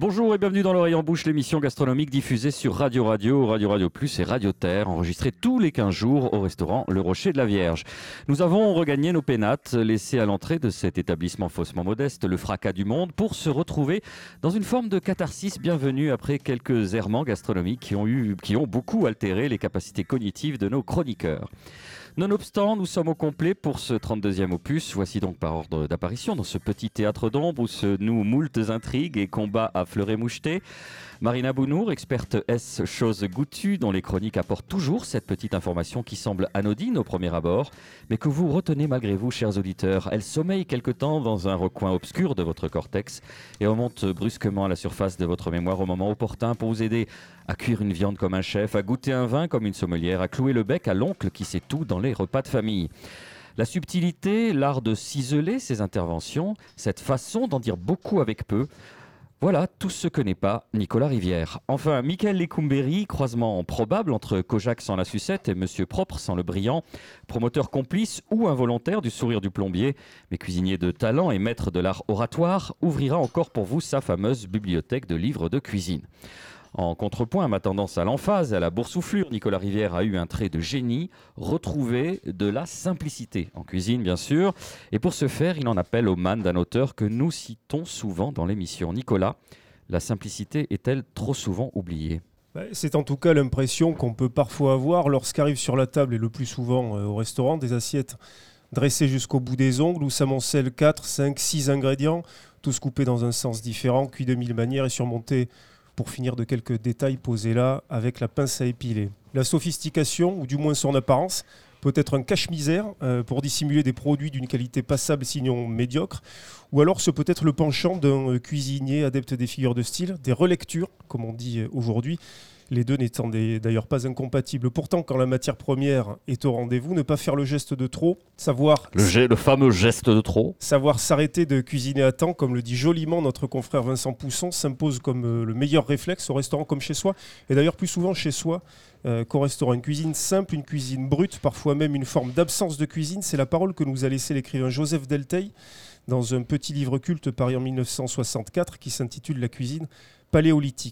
Bonjour et bienvenue dans l'Oreille en Bouche, l'émission gastronomique diffusée sur Radio Radio, Radio Radio Plus et Radio Terre, enregistrée tous les 15 jours au restaurant Le Rocher de la Vierge. Nous avons regagné nos pénates, laissés à l'entrée de cet établissement faussement modeste, le fracas du monde, pour se retrouver dans une forme de catharsis bienvenue après quelques errements gastronomiques qui ont beaucoup altéré les capacités cognitives de nos chroniqueurs. Nonobstant, nous sommes au complet pour ce 32e opus. Voici donc par ordre d'apparition dans ce petit théâtre d'ombre où se nouent moultes intrigues et combats à fleuret moucheté. Marina Bounour, experte S choses goûtues, dont les chroniques apportent toujours cette petite information qui semble anodine au premier abord, mais que vous retenez malgré vous, chers auditeurs. Elle sommeille quelque temps dans un recoin obscur de votre cortex et remonte brusquement à la surface de votre mémoire au moment opportun pour vous aider à cuire une viande comme un chef, à goûter un vin comme une sommelière, à clouer le bec à l'oncle qui sait tout dans les repas de famille. La subtilité, l'art de ciseler ses interventions, cette façon d'en dire beaucoup avec peu, voilà tout ce que n'est pas Nicolas Rivière. Enfin, Michael Lecumberi, croisement probable entre Kojak sans la sucette et Monsieur Propre sans le brillant, promoteur complice ou involontaire du sourire du plombier, mais cuisinier de talent et maître de l'art oratoire, ouvrira encore pour vous sa fameuse bibliothèque de livres de cuisine. En contrepoint à ma tendance à l'emphase et à la boursouflure, Nicolas Rivière a eu un trait de génie, retrouver de la simplicité, en cuisine bien sûr, et pour ce faire, il en appelle au man d'un auteur que nous citons souvent dans l'émission. Nicolas, la simplicité est-elle trop souvent oubliée ? C'est en tout cas l'impression qu'on peut parfois avoir lorsqu'arrive sur la table, et le plus souvent au restaurant, des assiettes dressées jusqu'au bout des ongles où s'amoncellent 4, 5, 6 ingrédients, tous coupés dans un sens différent, cuits de 1000 manières et surmontés pour finir de quelques détails posés là avec la pince à épiler. La sophistication, ou du moins son apparence, peut être un cache-misère pour dissimuler des produits d'une qualité passable sinon médiocre, ou alors ce peut être le penchant d'un cuisinier adepte des figures de style, des relectures, comme on dit aujourd'hui, les deux n'étant d'ailleurs pas incompatibles. Pourtant, quand la matière première est au rendez-vous, ne pas faire le geste de trop, le fameux geste de trop. Savoir s'arrêter de cuisiner à temps, comme le dit joliment notre confrère Vincent Pousson, s'impose comme le meilleur réflexe au restaurant comme chez soi. Et d'ailleurs plus souvent chez soi qu'au restaurant. Une cuisine simple, une cuisine brute, parfois même une forme d'absence de cuisine, c'est la parole que nous a laissée l'écrivain Joseph Delteil dans un petit livre culte paru en 1964 qui s'intitule « La cuisine paléolithique ».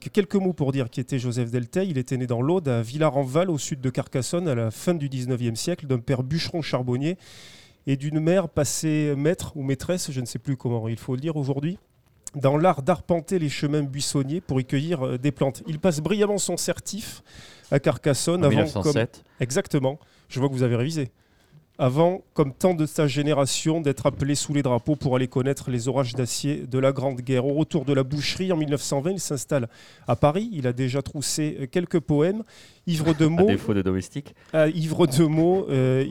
Quelques mots pour dire qui était Joseph Delteil. Il était né dans l'Aude, à Villars-en-Val, au sud de Carcassonne, à la fin du 19e siècle, d'un père bûcheron charbonnier et d'une mère passée maître ou maîtresse, je ne sais plus comment il faut le dire aujourd'hui, dans l'art d'arpenter les chemins buissonniers pour y cueillir des plantes. Il passe brillamment son certif à Carcassonne. En 1907. Exactement, je vois que vous avez révisé. Avant, comme tant de sa génération, d'être appelé sous les drapeaux pour aller connaître les orages d'acier de la Grande Guerre. Au retour de la boucherie, en 1920, il s'installe à Paris. Il a déjà troussé quelques poèmes. Ivre de mots. À défaut de domestique. Ivre de mots,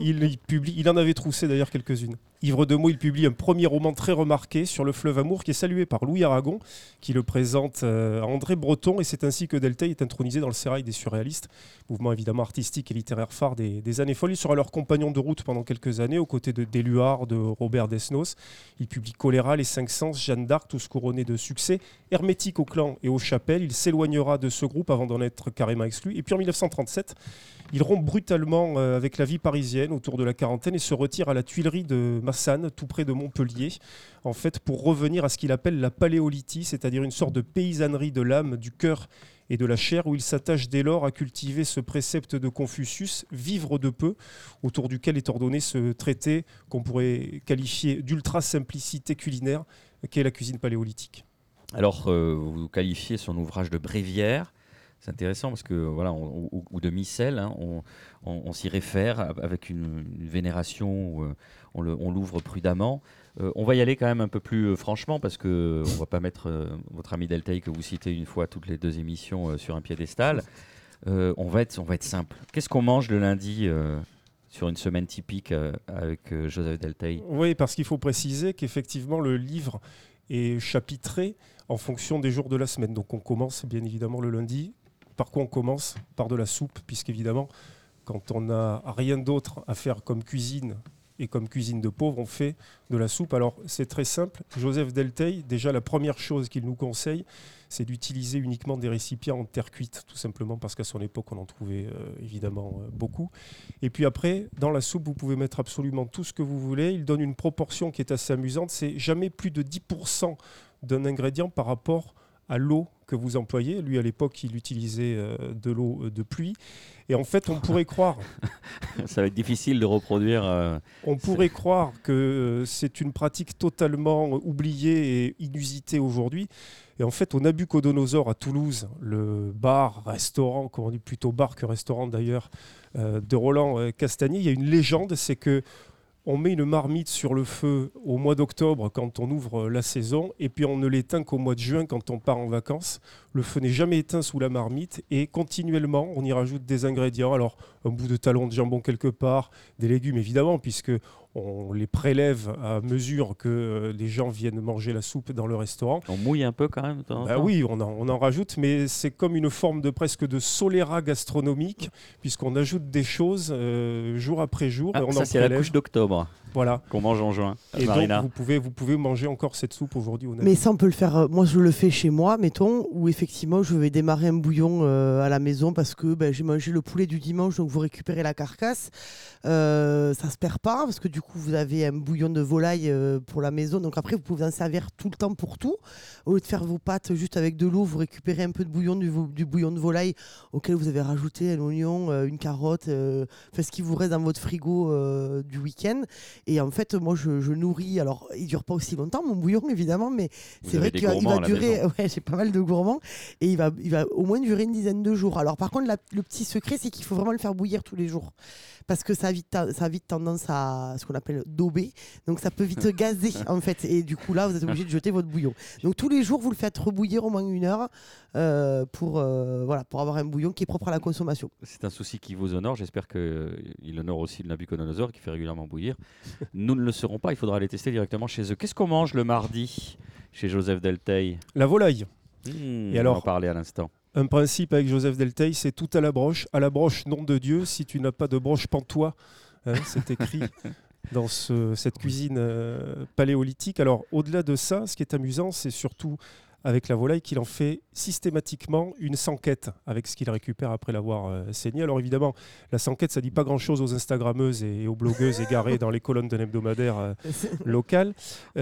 il en avait troussé d'ailleurs quelques-unes. Ivre de mots, il publie un premier roman très remarqué sur le fleuve Amour qui est salué par Louis Aragon, qui le présente à André Breton, et c'est ainsi que Delteil est intronisé dans le sérail des surréalistes, mouvement évidemment artistique et littéraire phare des années folles. Il sera leur compagnon de route pendant quelques années, aux côtés de d'Éluard, de Robert Desnos. Il publie Choléra, Les Cinq Sens, Jeanne d'Arc, tous couronnés de succès. Hermétique au clan et aux chapelles, il s'éloignera de ce groupe avant d'en être carrément exclu. Et puis en 1937, il rompt brutalement avec la vie parisienne autour de la quarantaine et se retire à la Tuilerie de Massanes, tout près de Montpellier, en fait pour revenir à ce qu'il appelle la paléolithie, c'est-à-dire une sorte de paysannerie de l'âme, du cœur et de la chair, où il s'attache dès lors à cultiver ce précepte de Confucius, vivre de peu, autour duquel est ordonné ce traité qu'on pourrait qualifier d'ultra-simplicité culinaire, qu'est la cuisine paléolithique. Alors, vous qualifiez son ouvrage de bréviaire. C'est intéressant parce que voilà, ou de missel, hein, on s'y réfère avec une vénération où on l'ouvre prudemment. On va y aller quand même un peu plus franchement parce que on va pas mettre votre ami Delteil que vous citez une fois toutes les 2 émissions sur un piédestal. On va être simple. Qu'est-ce qu'on mange le lundi sur une semaine typique avec Joseph Delteil ? Oui, parce qu'il faut préciser qu'effectivement le livre est chapitré en fonction des jours de la semaine. Donc on commence bien évidemment le lundi. Par quoi on commence ? Par de la soupe, puisqu'évidemment, quand on n'a rien d'autre à faire comme cuisine et comme cuisine de pauvre, on fait de la soupe. Alors c'est très simple. Joseph Delteil, déjà la première chose qu'il nous conseille, c'est d'utiliser uniquement des récipients en terre cuite, tout simplement parce qu'à son époque, on en trouvait évidemment beaucoup. Et puis après, dans la soupe, vous pouvez mettre absolument tout ce que vous voulez. Il donne une proportion qui est assez amusante. C'est jamais plus de 10% d'un ingrédient par rapport à l'eau que vous employez. Lui, à l'époque, il utilisait de l'eau de pluie. Et en fait, on pourrait croire... Ça va être difficile de reproduire. On pourrait croire que c'est une pratique totalement oubliée et inusitée aujourd'hui. Et en fait, au Nabucodonosor à Toulouse, le bar-restaurant, comme on dit plutôt bar que restaurant d'ailleurs, de Roland Castagnier, il y a une légende, c'est que on met une marmite sur le feu au mois d'octobre quand on ouvre la saison et puis on ne l'éteint qu'au mois de juin quand on part en vacances. Le feu n'est jamais éteint sous la marmite et continuellement on y rajoute des ingrédients. Alors un bout de talon de jambon quelque part, des légumes évidemment puisque on les prélève à mesure que les gens viennent manger la soupe dans le restaurant. On mouille un peu quand même. Oui, on en rajoute, mais c'est comme une forme de presque de soléra gastronomique, puisqu'on ajoute des choses jour après jour. Et on ça, en c'est prélève. la couche d'octobre qu'on mange en juin. Et Marina. donc, vous pouvez manger encore cette soupe aujourd'hui au Nabu. Mais ça, on peut le faire. Moi, je le fais chez moi, mettons, où effectivement, je vais démarrer un bouillon à la maison parce que j'ai mangé le poulet du dimanche, donc vous récupérez la carcasse. Ça se perd pas parce que du coup, vous avez un bouillon de volaille pour la maison. Donc après, vous pouvez en servir tout le temps pour tout. Au lieu de faire vos pâtes juste avec de l'eau, vous récupérez un peu de bouillon, du bouillon de volaille auquel vous avez rajouté un oignon, une carotte, ce qui vous reste dans votre frigo du week-end. Et en fait, moi, je nourris. Alors, il dure pas aussi longtemps, mon bouillon, évidemment, mais c'est vrai qu'il va durer. Ouais, j'ai pas mal de gourmands. Et il va au moins durer une dizaine de jours. Alors, par contre, le petit secret, c'est qu'il faut vraiment le faire bouillir tous les jours. Parce que ça a vite tendance à ce qu'on appelle dauber. Donc, ça peut vite gazer, en fait. Et du coup, là, vous êtes obligé de jeter votre bouillon. Donc, tous les jours, vous le faites rebouillir au moins 1 heure pour avoir un bouillon qui est propre à la consommation. C'est un souci qui vous honore. J'espère qu'il honore aussi le Nabucodonosor qui fait régulièrement bouillir. Nous ne le serons pas. Il faudra aller tester directement chez eux. Qu'est-ce qu'on mange le mardi chez Joseph Delteil? La volaille. Et alors, on en parlait à l'instant. Un principe avec Joseph Delteil, c'est tout à la broche. À la broche, nom de Dieu, si tu n'as pas de broche, pends-toi. C'est écrit dans cette cuisine paléolithique. Alors, au-delà de ça, ce qui est amusant, c'est surtout avec la volaille qu'il en fait systématiquement une sanquette avec ce qu'il récupère après l'avoir saignée. Alors évidemment, la sanquette, ça ne dit pas grand-chose aux Instagrammeuses et aux blogueuses égarées dans les colonnes d'un hebdomadaire local.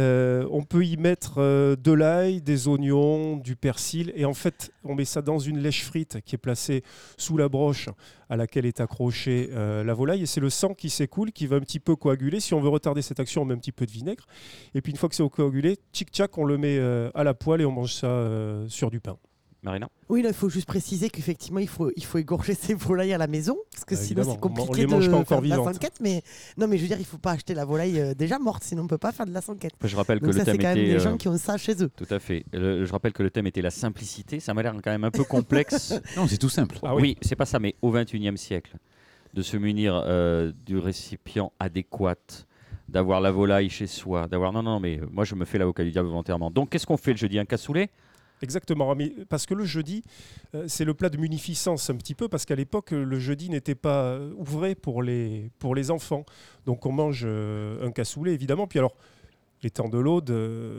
On peut y mettre de l'ail, des oignons, du persil et en fait, on met ça dans une lèche frite qui est placée sous la broche à laquelle est accrochée la volaille et c'est le sang qui s'écoule, qui va un petit peu coaguler. Si on veut retarder cette action, on met un petit peu de vinaigre et puis une fois que c'est coagulé, tchic-tchac, on le met à la poêle et on mange ça sur du pain. Marina? Oui, il faut juste préciser qu'effectivement, il faut égorger ses volailles à la maison, parce que sinon c'est compliqué on les mange pas encore faire de la vivantes. sanquette. Mais non, mais je veux dire, il ne faut pas acheter la volaille déjà morte, sinon on ne peut pas faire de la sanquette. Je rappelle donc que le thème c'est quand était même des gens qui ont ça chez eux. Tout à fait. Je rappelle que le thème était la simplicité. Ça m'a l'air quand même un peu complexe. Non, c'est tout simple. Ah oui, c'est pas ça, mais au XXIe siècle, de se munir du récipient adéquat, d'avoir la volaille chez soi, d'avoir... Non, mais moi je me fais l'avocat du diable volontairement. Donc qu'est-ce qu'on fait le jeudi? Un cassoulet? Exactement, mais parce que le jeudi, c'est le plat de munificence un petit peu, parce qu'à l'époque, le jeudi n'était pas ouvré pour les enfants. Donc on mange un cassoulet, évidemment. Puis alors, les temps de l'Aude,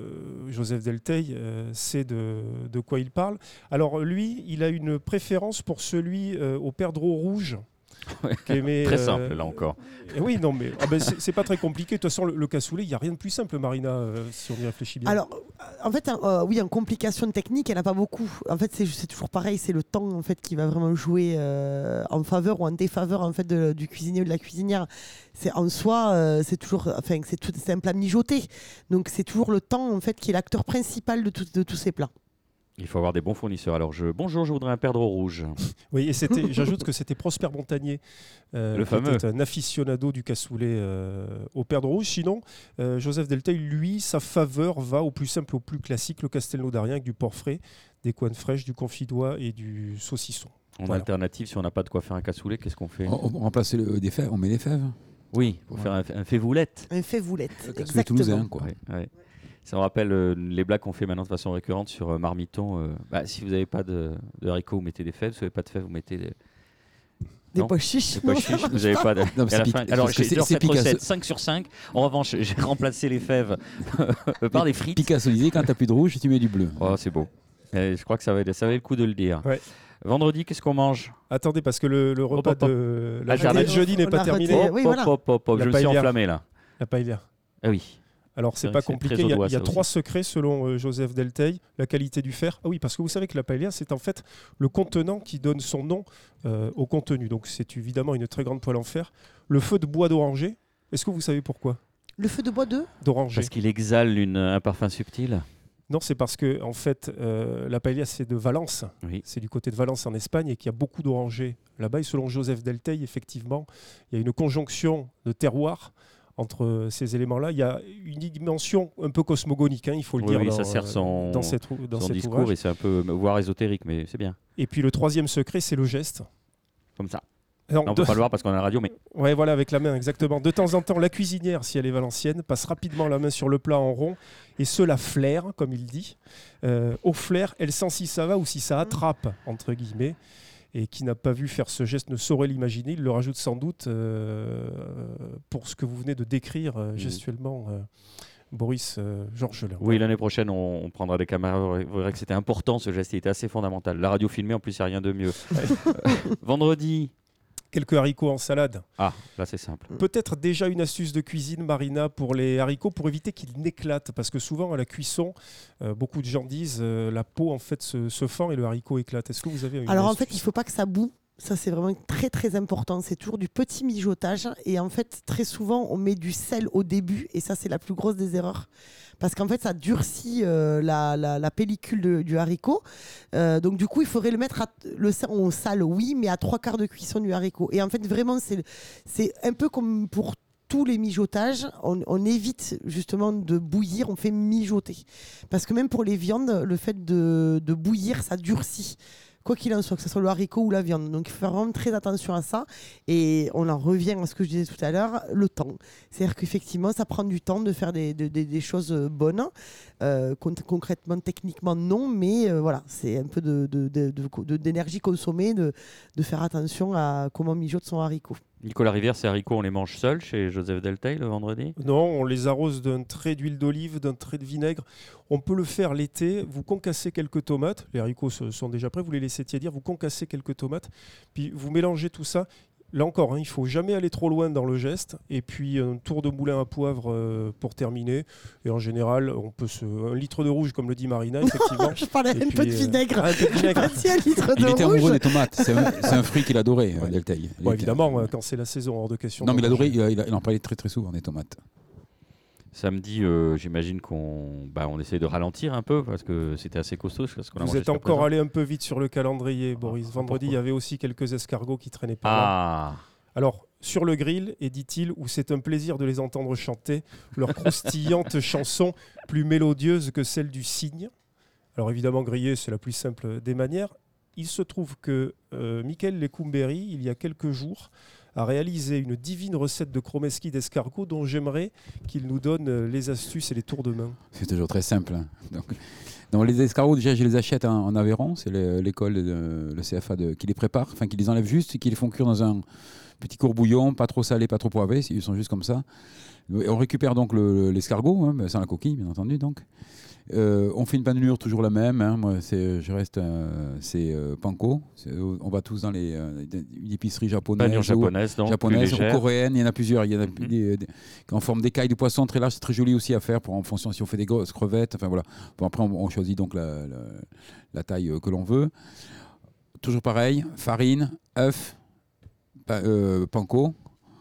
Joseph Delteil sait de quoi il parle. Alors lui, il a une préférence pour celui au perdreau rouge. Très simple, là encore. Oui, non, mais c'est pas très compliqué. De toute façon, le cassoulet, il n'y a rien de plus simple, Marina, si on y réfléchit bien. Alors, en fait, oui, en complication technique, il n'y en a pas beaucoup. En fait, c'est toujours pareil, c'est le temps en fait, qui va vraiment jouer en faveur ou en défaveur en fait, du cuisinier ou de la cuisinière. En soi, c'est toujours, c'est un plat mijoté. Donc, c'est toujours le temps en fait, qui est l'acteur principal de tous ces plats. Il faut avoir des bons fournisseurs. Alors, bonjour, je voudrais un perdreau rouge. Oui, et j'ajoute que c'était Prosper Montagnier, le qui fameux. était un aficionado du cassoulet au perdreau rouge. Sinon, Joseph Delteil, lui, sa faveur va au plus simple, au plus classique, le castelnaudarien avec du porc frais, des coines fraîches, du confit d'oie et du saucisson. En alternative, si on n'a pas de quoi faire un cassoulet, qu'est-ce qu'on fait? On remplace des fèves, on met des fèves. Oui, pour faire un févoulette. Un févoulette, exactement. Toulousain, quoi. Ouais. Ça me rappelle les blagues qu'on fait maintenant de façon récurrente sur Marmiton. Si vous n'avez pas de haricots, vous mettez des fèves. Si vous n'avez pas de fèves, vous mettez des pois chiches. Des pois chiches, vous n'avez pas de... Alors, j'ai cette recette 5 sur 5. En revanche, j'ai remplacé les fèves par des frites. Picassolisé, quand tu n'as plus de rouge, tu mets du bleu. Oh, c'est beau. Et je crois que ça valait le coup de le dire. Ouais. Vendredi, qu'est-ce qu'on mange? Attendez, parce que le repas de la journée de jeudi n'est pas terminé. Oui, voilà. Je me suis enflammé là. La paella. Ah oui. Alors, c'est vrai pas que c'est compliqué. très Il y audois, a ça 3 secrets selon Joseph Delteil. La qualité du fer. Ah oui, parce que vous savez que la paella, c'est en fait le contenant qui donne son nom au contenu. Donc, c'est évidemment une très grande poêle en fer. Le feu de bois d'oranger. Est-ce que vous savez pourquoi? Le feu de bois D'oranger. Parce qu'il exhale un parfum subtil. Non, c'est parce que en fait, la paella, c'est de Valence. Oui. C'est du côté de Valence en Espagne et qu'il y a beaucoup d'orangers là-bas. Et selon Joseph Delteil, effectivement, il y a une conjonction de terroir entre ces éléments-là. Il y a une dimension un peu cosmogonique, il faut le dire, ça sert dans cet discours ouvrage. et c'est un peu voire ésotérique, mais c'est bien. Et puis le troisième secret, c'est le geste. Comme ça. Alors, On ne peut pas le voir parce qu'on a la radio, mais Ouais, voilà, avec la main, exactement. De temps en temps, la cuisinière, si elle est valencienne, passe rapidement la main sur le plat en rond, et cela flaire, comme il dit. Au flair, elle sent si ça va ou si ça attrape, entre guillemets. Et qui n'a pas vu faire ce geste ne saurait l'imaginer. Il le rajoute sans doute pour ce que vous venez de décrire gestuellement, Boris Georgelin. oui, l'année prochaine, on prendra des caméras. Vous verrez que c'était important, ce geste, il était assez fondamental. La radio filmée, en plus, il n'y a rien de mieux. Vendredi. Quelques haricots en salade. Ah, là, c'est simple. Peut-être déjà une astuce de cuisine, Marina, pour les haricots, pour éviter qu'ils n'éclatent. Parce que souvent, à la cuisson, beaucoup de gens disent la peau, en fait, se fend et le haricot éclate. Est-ce que vous avez une Alors en astuce? fait, il ne faut pas que ça boue. Ça, c'est vraiment très très important. C'est toujours du petit mijotage. Et en fait, très souvent, on met du sel au début. Et ça, c'est la plus grosse des erreurs. Parce qu'en fait, ça durcit la pellicule du haricot. Donc du coup, il faudrait le mettre au sale, oui, mais à 3/4 de cuisson du haricot. Et en fait, vraiment, c'est un peu comme pour tous les mijotages. On évite justement de bouillir, on fait mijoter. Parce que même pour les viandes, le fait de bouillir, ça durcit. Quoi qu'il en soit, que ce soit le haricot ou la viande. Donc il faut faire vraiment très attention à ça. Et on en revient à ce que je disais tout à l'heure, le temps. C'est-à-dire qu'effectivement, ça prend du temps de faire des choses bonnes. Concrètement, techniquement, non. Mais voilà, c'est un peu d'énergie consommée, de faire attention à comment mijote son haricot. Nicolas Rivière, ces haricots, on les mange seuls chez Joseph Delteil le vendredi? Non, on les arrose d'un trait d'huile d'olive, d'un trait de vinaigre. On peut le faire l'été. Vous concassez quelques tomates. Les haricots sont déjà prêts. Vous les laissez tiédir. Vous concassez quelques tomates. Puis vous mélangez tout ça. Là encore, il ne faut jamais aller trop loin dans le geste. Et puis un tour de moulin à poivre pour terminer. Et en général, on peut 1 litre de rouge, comme le dit Marina, effectivement. Je parlais Et un peu de puis, vinaigre. un peu de vinaigre. Pas un litre de Il était rouge. amoureux des tomates. C'est un fruit qu'il adorait, Delteil. Bon, évidemment, quand c'est la saison, hors de question. Non, mais il d'en adorait, manger. il en parlait très très souvent des tomates. Samedi, j'imagine qu'on essaie de ralentir un peu parce que c'était assez costaud. Ce qu'on a Vous mangé êtes jusqu'à encore présent. allé un peu vite sur le calendrier, Boris. Vendredi, il y avait aussi quelques escargots qui traînaient par là. Ah, Alors, sur le grill, et dit-il, où c'est un plaisir de les entendre chanter, leur croustillante chanson plus mélodieuse que celle du cygne. Alors évidemment, griller, c'est la plus simple des manières. Il se trouve que Michael Lecumberi, il y a quelques jours, a réalisé une divine recette de chromeski d'escargot dont j'aimerais qu'il nous donne les astuces et les tours de main. C'est toujours très simple. Donc, les escargots, déjà, je les achète en Aveyron. C'est l'école, le CFA qui les prépare, enfin qui les enlève juste et qui les font cuire dans un petit courbouillon, pas trop salé, pas trop poivré. Ils sont juste comme ça. Et on récupère donc l'escargot, sans la coquille, bien entendu. Donc. On fait une panure toujours la même. Moi, c'est panko. On va tous dans une épicerie japonaise. panure japonaise, donc Japonaise plus ou légère. coréenne, il y en a plusieurs. Il y en a en forme d'écailles de poisson très large, c'est très joli aussi à faire en fonction si on fait des grosses crevettes. Enfin voilà. Bon, après, on choisit donc la taille que l'on veut. Toujours pareil, farine, œuf, panko.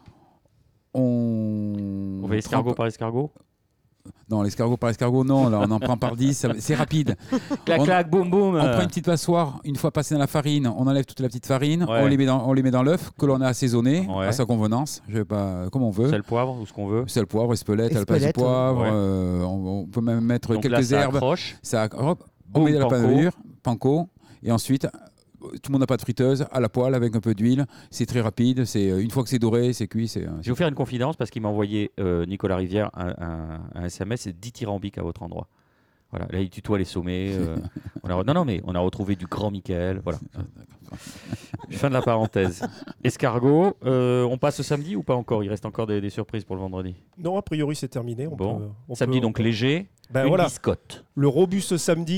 On fait escargot par escargot. Non, l'escargot par escargot, non. Là, on en prend par 10. C'est rapide. Clac, clac, boum, boum. On prend une petite passoire, une fois passé dans la farine, on enlève toute la petite farine, Ouais. on les met dans l'œuf que l'on a assaisonné Ouais. à sa convenance, comme on veut. Sel, poivre ou ce qu'on veut. Sel, poivre, espelette, Espelette, alpace poivre. ouais. On peut même mettre Donc là, quelques ça herbes. accroche. Hop, on Boum, met de la panko. panure, panko, et ensuite. Tout le monde n'a pas de friteuse, à la poêle avec un peu d'huile. C'est très rapide. Une fois que c'est doré, c'est cuit. Je vais vous faire une confidence parce qu'il m'a envoyé Nicolas Rivière un SMS dithyrambique à votre endroit. Voilà, là il tutoie les sommets. Non, mais on a retrouvé du grand Michael. Voilà. Fin de la parenthèse. Escargot, on passe au samedi ou pas encore? Il reste encore des surprises pour le vendredi. Non, a priori, c'est terminé. Samedi donc léger, Ben une voilà. biscotte. Le robuste samedi,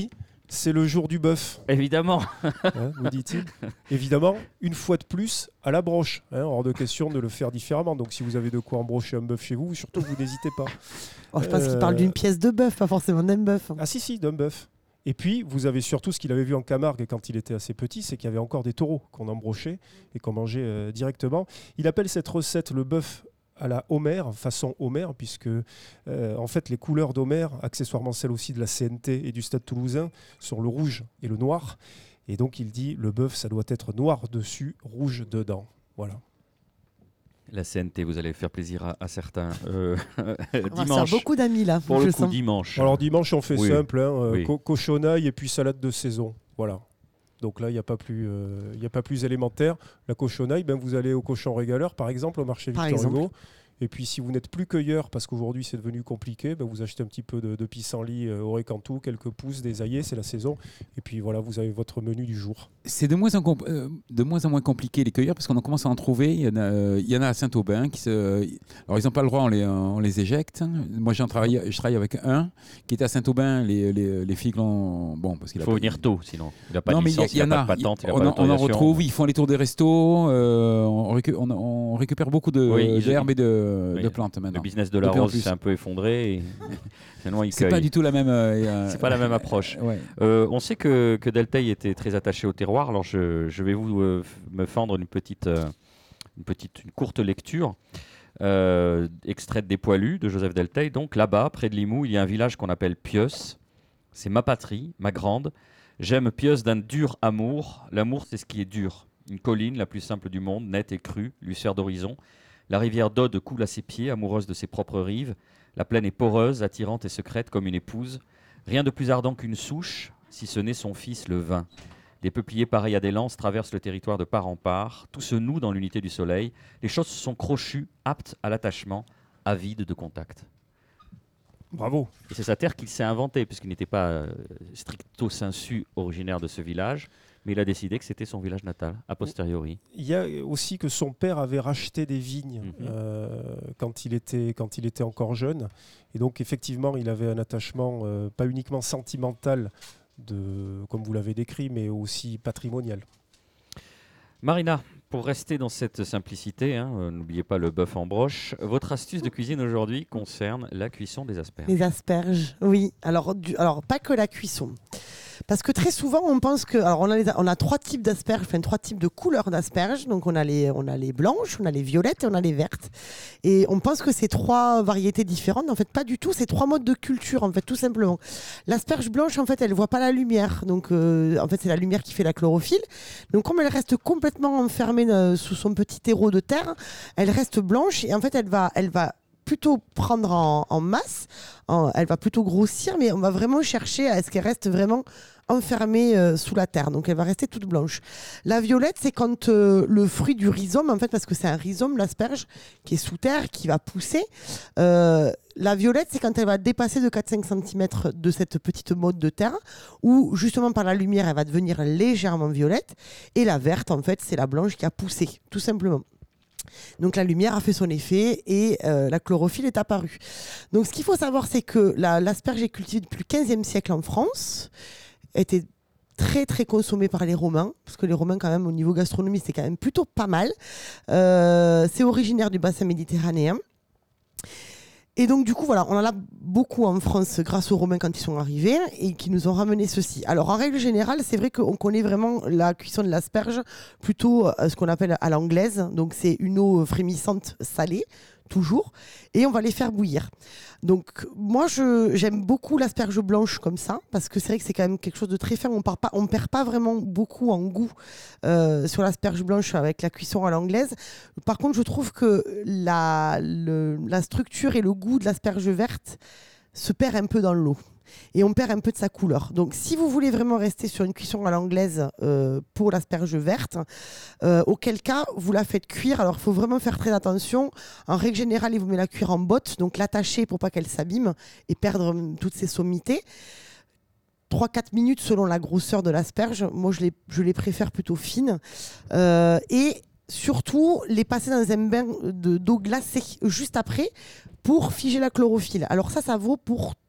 C'est le jour du bœuf, Évidemment. nous dit-il. Évidemment, une fois de plus, à la broche. Hors de question de le faire différemment. Donc si vous avez de quoi embrocher un bœuf chez vous, surtout vous n'hésitez pas. Je pense qu'il parle d'une pièce de bœuf, pas forcément d'un bœuf. Ah si, d'un bœuf. Et puis, vous avez surtout ce qu'il avait vu en Camargue quand il était assez petit, c'est qu'il y avait encore des taureaux qu'on embrochait et qu'on mangeait directement. Il appelle cette recette le bœuf à la Homère, façon Homère, puisque en fait les couleurs d'Homère, accessoirement celles aussi de la CNT et du Stade Toulousain, sont le rouge et le noir. Et donc il dit le bœuf, ça doit être noir dessus, rouge dedans. Voilà. La CNT, vous allez faire plaisir à certains. On va Dimanche. faire beaucoup d'amis là. Pour je le coup, sens. dimanche. Alors dimanche, on fait Oui. simple, Oui. Cochonaille et puis salade de saison. Voilà. Donc là, il n'y a pas plus élémentaire. La cochonaille, vous allez au cochon régaleur, par exemple, au marché Par Victor exemple. Hugo. Et puis, si vous n'êtes plus cueilleur, parce qu'aujourd'hui c'est devenu compliqué, vous achetez un petit peu de pissenlit, orecantou, quelques pousses, des aillés, c'est la saison. Et puis voilà, vous avez votre menu du jour. C'est de moins en moins compliqué les cueilleurs parce qu'on commence à en trouver. Il y en a à Saint-Aubin alors ils n'ont pas le droit, on les éjecte. Moi je travaille avec un qui était à Saint-Aubin. Les filles parce qu'il Il faut venir tôt, sinon. Il n'a pas non, de mais licence, il n'a pas de patente, il n'a pas on en d'autorisation. retrouve, ils font les tours des restos, on récupère beaucoup d'herbes et de plantes maintenant. Le business de la De plus en rose plus. s'est un peu effondré. Sinon, il C'est cueille. pas du tout la même. C'est pas la même approche. Ouais. On sait que Delteil était très attaché au terroir. Alors je vais vous me fendre une courte lecture extraite des Poilus de Joseph Delteil. Donc là-bas, près de Limoux, il y a un village qu'on appelle Pieusse. C'est ma patrie, ma grande. J'aime Pieusse d'un dur amour. L'amour, c'est ce qui est dur. Une colline, la plus simple du monde, nette et crue, lui sert d'horizon. La rivière d'Aude coule à ses pieds, amoureuse de ses propres rives. La plaine est poreuse, attirante et secrète comme une épouse. Rien de plus ardent qu'une souche, si ce n'est son fils le vin. Des peupliers pareils à des lances traversent le territoire de part en part. Tout se noue dans l'unité du soleil. Les choses sont crochues, aptes à l'attachement, avides de contact. Bravo. Et c'est sa terre qu'il s'est inventée, puisqu'il n'était pas stricto sensu originaire de ce village, mais il a décidé que c'était son village natal, a posteriori. Il y a aussi que son père avait racheté des vignes quand il était encore jeune. Et donc, effectivement, il avait un attachement pas uniquement sentimental, comme vous l'avez décrit, mais aussi patrimonial. Marina, pour rester dans cette simplicité, n'oubliez pas le bœuf en broche, votre astuce de cuisine aujourd'hui concerne la cuisson des asperges. Les asperges, oui. Alors pas que la cuisson. Parce que très souvent, on pense que. Alors, on a trois types d'asperges, trois types de couleurs d'asperges. Donc, on a les blanches, on a les violettes et on a les vertes. Et on pense que c'est trois variétés différentes. En fait, pas du tout. C'est trois modes de culture, en fait, tout simplement. L'asperge blanche, en fait, elle ne voit pas la lumière. Donc, en fait, c'est la lumière qui fait la chlorophylle. Donc, comme elle reste complètement enfermée sous son petit terreau de terre, elle reste blanche. Et en fait, elle va plutôt prendre en masse, elle va plutôt grossir, mais on va vraiment chercher à ce qu'elle reste vraiment enfermée sous la terre. Donc elle va rester toute blanche. La violette, c'est quand le fruit du rhizome, en fait, parce que c'est un rhizome, l'asperge, qui est sous terre, qui va pousser. La violette, c'est quand elle va dépasser de 4-5 cm de cette petite motte de terre, où justement par la lumière, elle va devenir légèrement violette. Et la verte, en fait, c'est la blanche qui a poussé, tout simplement. Donc la lumière a fait son effet et la chlorophylle est apparue. Donc ce qu'il faut savoir, c'est que l'asperge est cultivée depuis le 15e siècle en France, était très très consommée par les Romains, parce que les Romains quand même au niveau gastronomie c'est quand même plutôt pas mal. C'est originaire du bassin méditerranéen. Et donc du coup voilà, on en a beaucoup en France grâce aux Romains quand ils sont arrivés et qui nous ont ramené ceci. Alors en règle générale, c'est vrai qu'on connaît vraiment la cuisson de l'asperge plutôt ce qu'on appelle à l'anglaise. Donc c'est une eau frémissante salée, toujours, et on va les faire bouillir. Donc moi j'aime beaucoup l'asperge blanche comme ça, parce que c'est vrai que c'est quand même quelque chose de très fin, on perd pas vraiment beaucoup en goût sur l'asperge blanche avec la cuisson à l'anglaise. Par contre je trouve que la structure et le goût de l'asperge verte se perd un peu dans l'eau. Et on perd un peu de sa couleur. Donc si vous voulez vraiment rester sur une cuisson à l'anglaise pour l'asperge verte, auquel cas vous la faites cuire. Alors il faut vraiment faire très attention. En règle générale, il vous met la cuire en botte, donc l'attacher pour pas qu'elle s'abîme et perdre toutes ses sommités. 3-4 minutes selon la grosseur de l'asperge. Moi je les préfère plutôt fines. Et surtout les passer dans un bain d'eau glacée juste après pour figer la chlorophylle. Alors ça vaut pour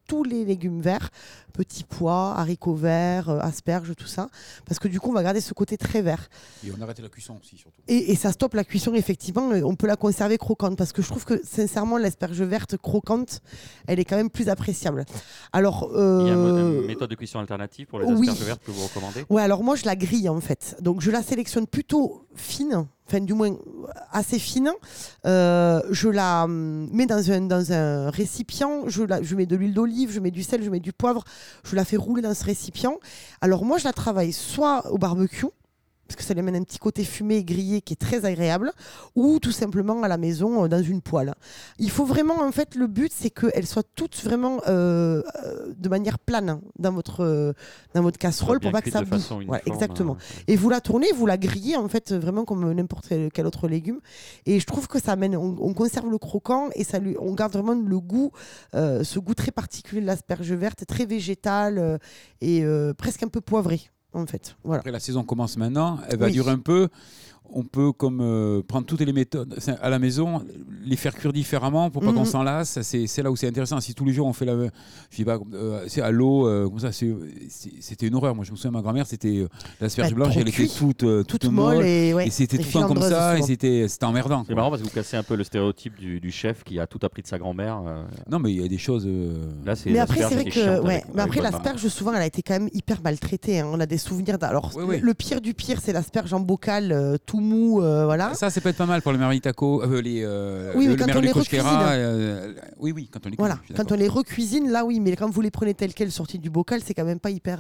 tous les légumes verts, petits pois, haricots verts, asperges, tout ça, parce que du coup on va garder ce côté très vert. Et on arrête la cuisson aussi surtout. Et ça stoppe la cuisson effectivement, on peut la conserver croquante, parce que je trouve que sincèrement l'asperge verte croquante, elle est quand même plus appréciable. Alors, Il y a une méthode de cuisson alternative pour les asperges vertes que vous recommandez? Ouais, alors moi je la grille en fait, donc je la sélectionne plutôt fine, enfin du moins assez fine. Je la mets dans un récipient, je mets de l'huile d'olive, je mets du sel, je mets du poivre, je la fais rouler dans ce récipient. Alors moi je la travaille soit au barbecue, parce que ça lui amène un petit côté fumé et grillé qui est très agréable, ou tout simplement à la maison dans une poêle. Il faut vraiment, en fait, le but c'est qu'elles soient toutes vraiment de manière plane dans votre casserole pour pas que ça bouffe. Exactement. Et vous la tournez, vous la grillez en fait vraiment comme n'importe quel autre légume. Et je trouve que ça amène, on conserve le croquant et on garde vraiment le goût, ce goût très particulier de l'asperge verte, très végétal et presque un peu poivré. En fait, voilà. Après, la saison commence maintenant, elle va durer un peu. On peut prendre toutes les méthodes à la maison, les faire cuire différemment pour pas qu'on s'en lasse. C'est là où c'est intéressant. Si tous les jours on fait je dis pas, c'est à l'eau, comme ça, c'était une horreur. Moi, je me souviens, ma grand-mère, c'était l'asperge blanche, elle était toute molle et c'était tout le temps comme ça, et c'était emmerdant. C'est marrant parce que vous cassez un peu le stéréotype du chef qui a tout appris de sa grand-mère. Non, mais il y a des choses. Là, mais après, c'est vrai que, mais après l'asperge, souvent, elle a été quand même hyper maltraitée. Hein. On a des souvenirs. Alors, le pire du pire, c'est l'asperge en bocal. Tout mou, voilà. Ça peut être pas mal pour les merveilles tacos, mais quand on les recuisine. Quand on les voilà, quand on les recuisine, là oui, mais quand vous les prenez telles quelles sorties du bocal, c'est quand même pas hyper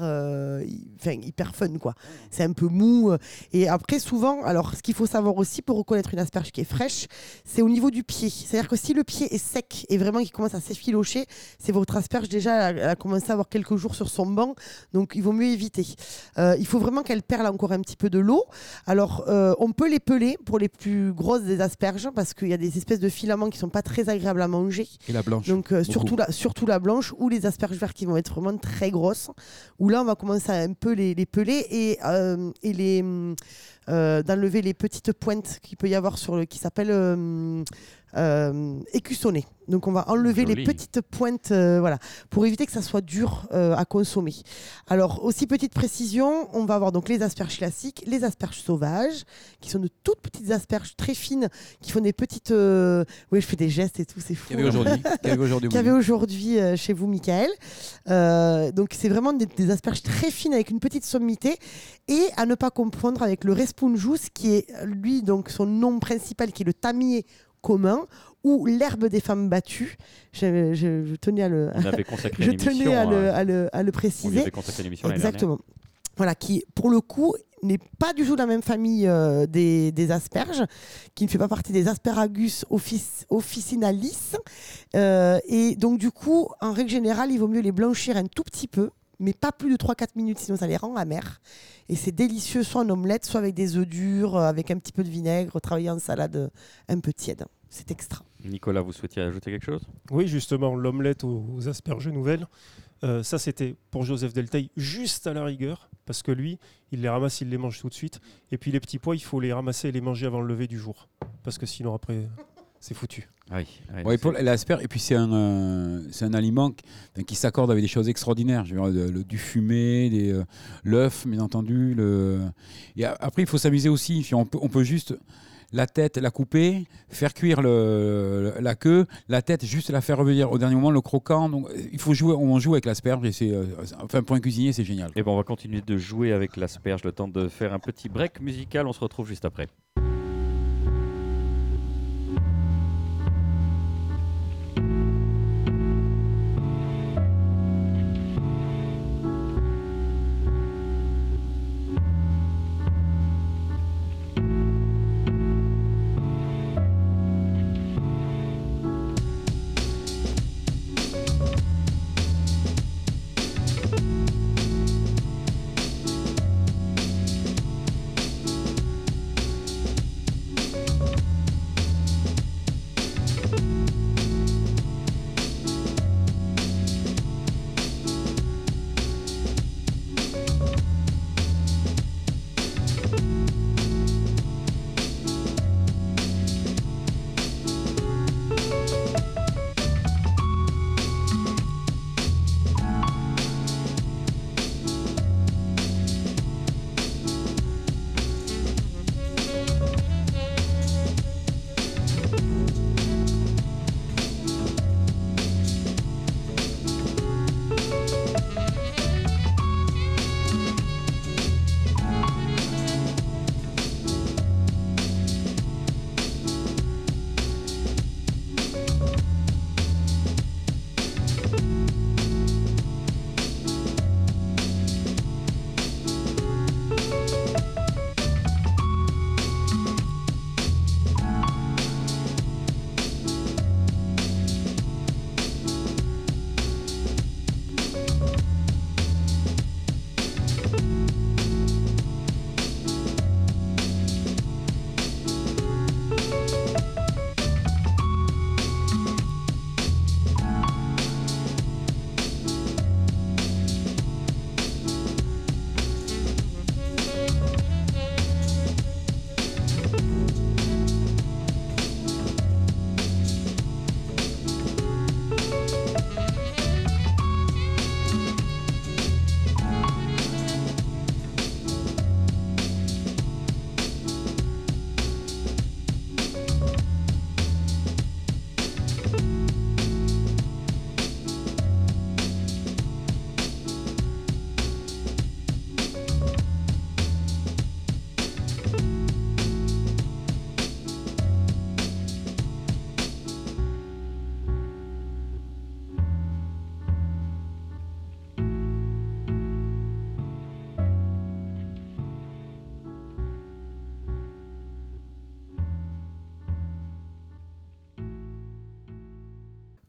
fun, quoi. C'est un peu mou. Et après, souvent, alors ce qu'il faut savoir aussi pour reconnaître une asperge qui est fraîche, c'est au niveau du pied. C'est-à-dire que si le pied est sec et vraiment qu'il commence à s'effilocher, c'est votre asperge déjà, elle a commencé à avoir quelques jours sur son banc, donc il vaut mieux éviter. Il faut vraiment qu'elle perle encore un petit peu de l'eau. Alors, on peut les peler pour les plus grosses des asperges parce qu'il y a des espèces de filaments qui sont pas très agréables à manger. Et la blanche. Donc surtout la blanche ou les asperges vertes qui vont être vraiment très grosses. Où là on va commencer à un peu les peler et d'enlever les petites pointes qu'il peut y avoir qui s'appellent écussonnées. Donc on va enlever les petites pointes pour éviter que ça soit dur à consommer. Alors aussi petite précision, on va avoir donc les asperges classiques, les asperges sauvages qui sont de toutes petites asperges très fines qui font des petites je fais des gestes et tout, c'est fou. Qu'il y avait aujourd'hui chez vous, Michael. Donc c'est vraiment des asperges très fines avec une petite sommité et à ne pas confondre avec le responjous qui est lui donc son nom principal qui est le tamier commun ou l'herbe des femmes battues. Je tenais à le, à le préciser. On lui avait consacré une émission l'année dernière. Exactement. Voilà, qui pour le coup n'est pas du tout de la même famille des asperges, qui ne fait pas partie des asparagus officinalis. Et donc du coup, en règle générale, il vaut mieux les blanchir un tout petit peu, mais pas plus de 3-4 minutes, sinon ça les rend amers. Et c'est délicieux, soit en omelette, soit avec des œufs durs, avec un petit peu de vinaigre, travailler en salade un peu tiède. C'est extra. Nicolas, vous souhaitiez ajouter quelque chose? Oui, justement, l'omelette aux asperges nouvelles. Ça, c'était pour Joseph Delteil juste à la rigueur, parce que lui, il les ramasse, il les mange tout de suite. Et puis les petits pois, il faut les ramasser et les manger avant le lever du jour, parce que sinon après, c'est foutu. Pour l'asperge, et puis c'est un aliment qui s'accorde avec des choses extraordinaires. Je veux dire, du fumé, l'œuf, bien entendu. Et après, il faut s'amuser aussi. On peut juste la tête, la couper, faire cuire la queue, la tête, juste la faire revenir au dernier moment, le croquant. Donc, il faut jouer, on joue avec l'asperge et pour un cuisinier, c'est génial. Et on va continuer de jouer avec l'asperge, le temps de faire un petit break musical. On se retrouve juste après.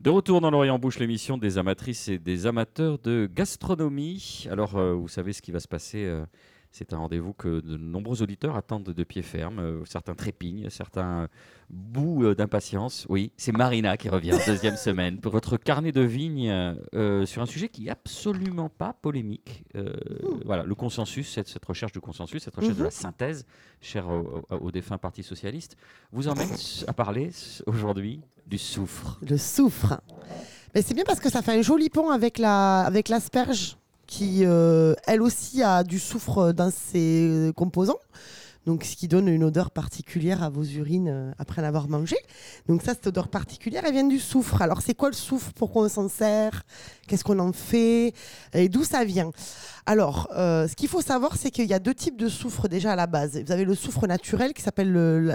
De retour dans l'Orient Bouche, l'émission des amatrices et des amateurs de gastronomie. Alors, vous savez ce qui va se passer. C'est un rendez-vous que de nombreux auditeurs attendent de pied ferme. Certains trépignent, certains bouent d'impatience. Oui, c'est Marina qui revient deuxième semaine pour votre carnet de vigne sur un sujet qui n'est absolument pas polémique. Voilà, le consensus, cette recherche du consensus, cette recherche de la synthèse, chère au défunt Parti socialiste, vous emmène à parler aujourd'hui du soufre. Le soufre. Mais c'est bien parce que ça fait un joli pont avec l'asperge qui, elle aussi, a du soufre dans ses composants. Donc, ce qui donne une odeur particulière à vos urines après l'avoir mangé. Donc ça, cette odeur particulière, elle vient du soufre. Alors, c'est quoi le soufre? Pourquoi on s'en sert? Qu'est-ce qu'on en fait? Et d'où ça vient? Alors, ce qu'il faut savoir, c'est qu'il y a deux types de soufre déjà à la base. Vous avez le soufre naturel qui s'appelle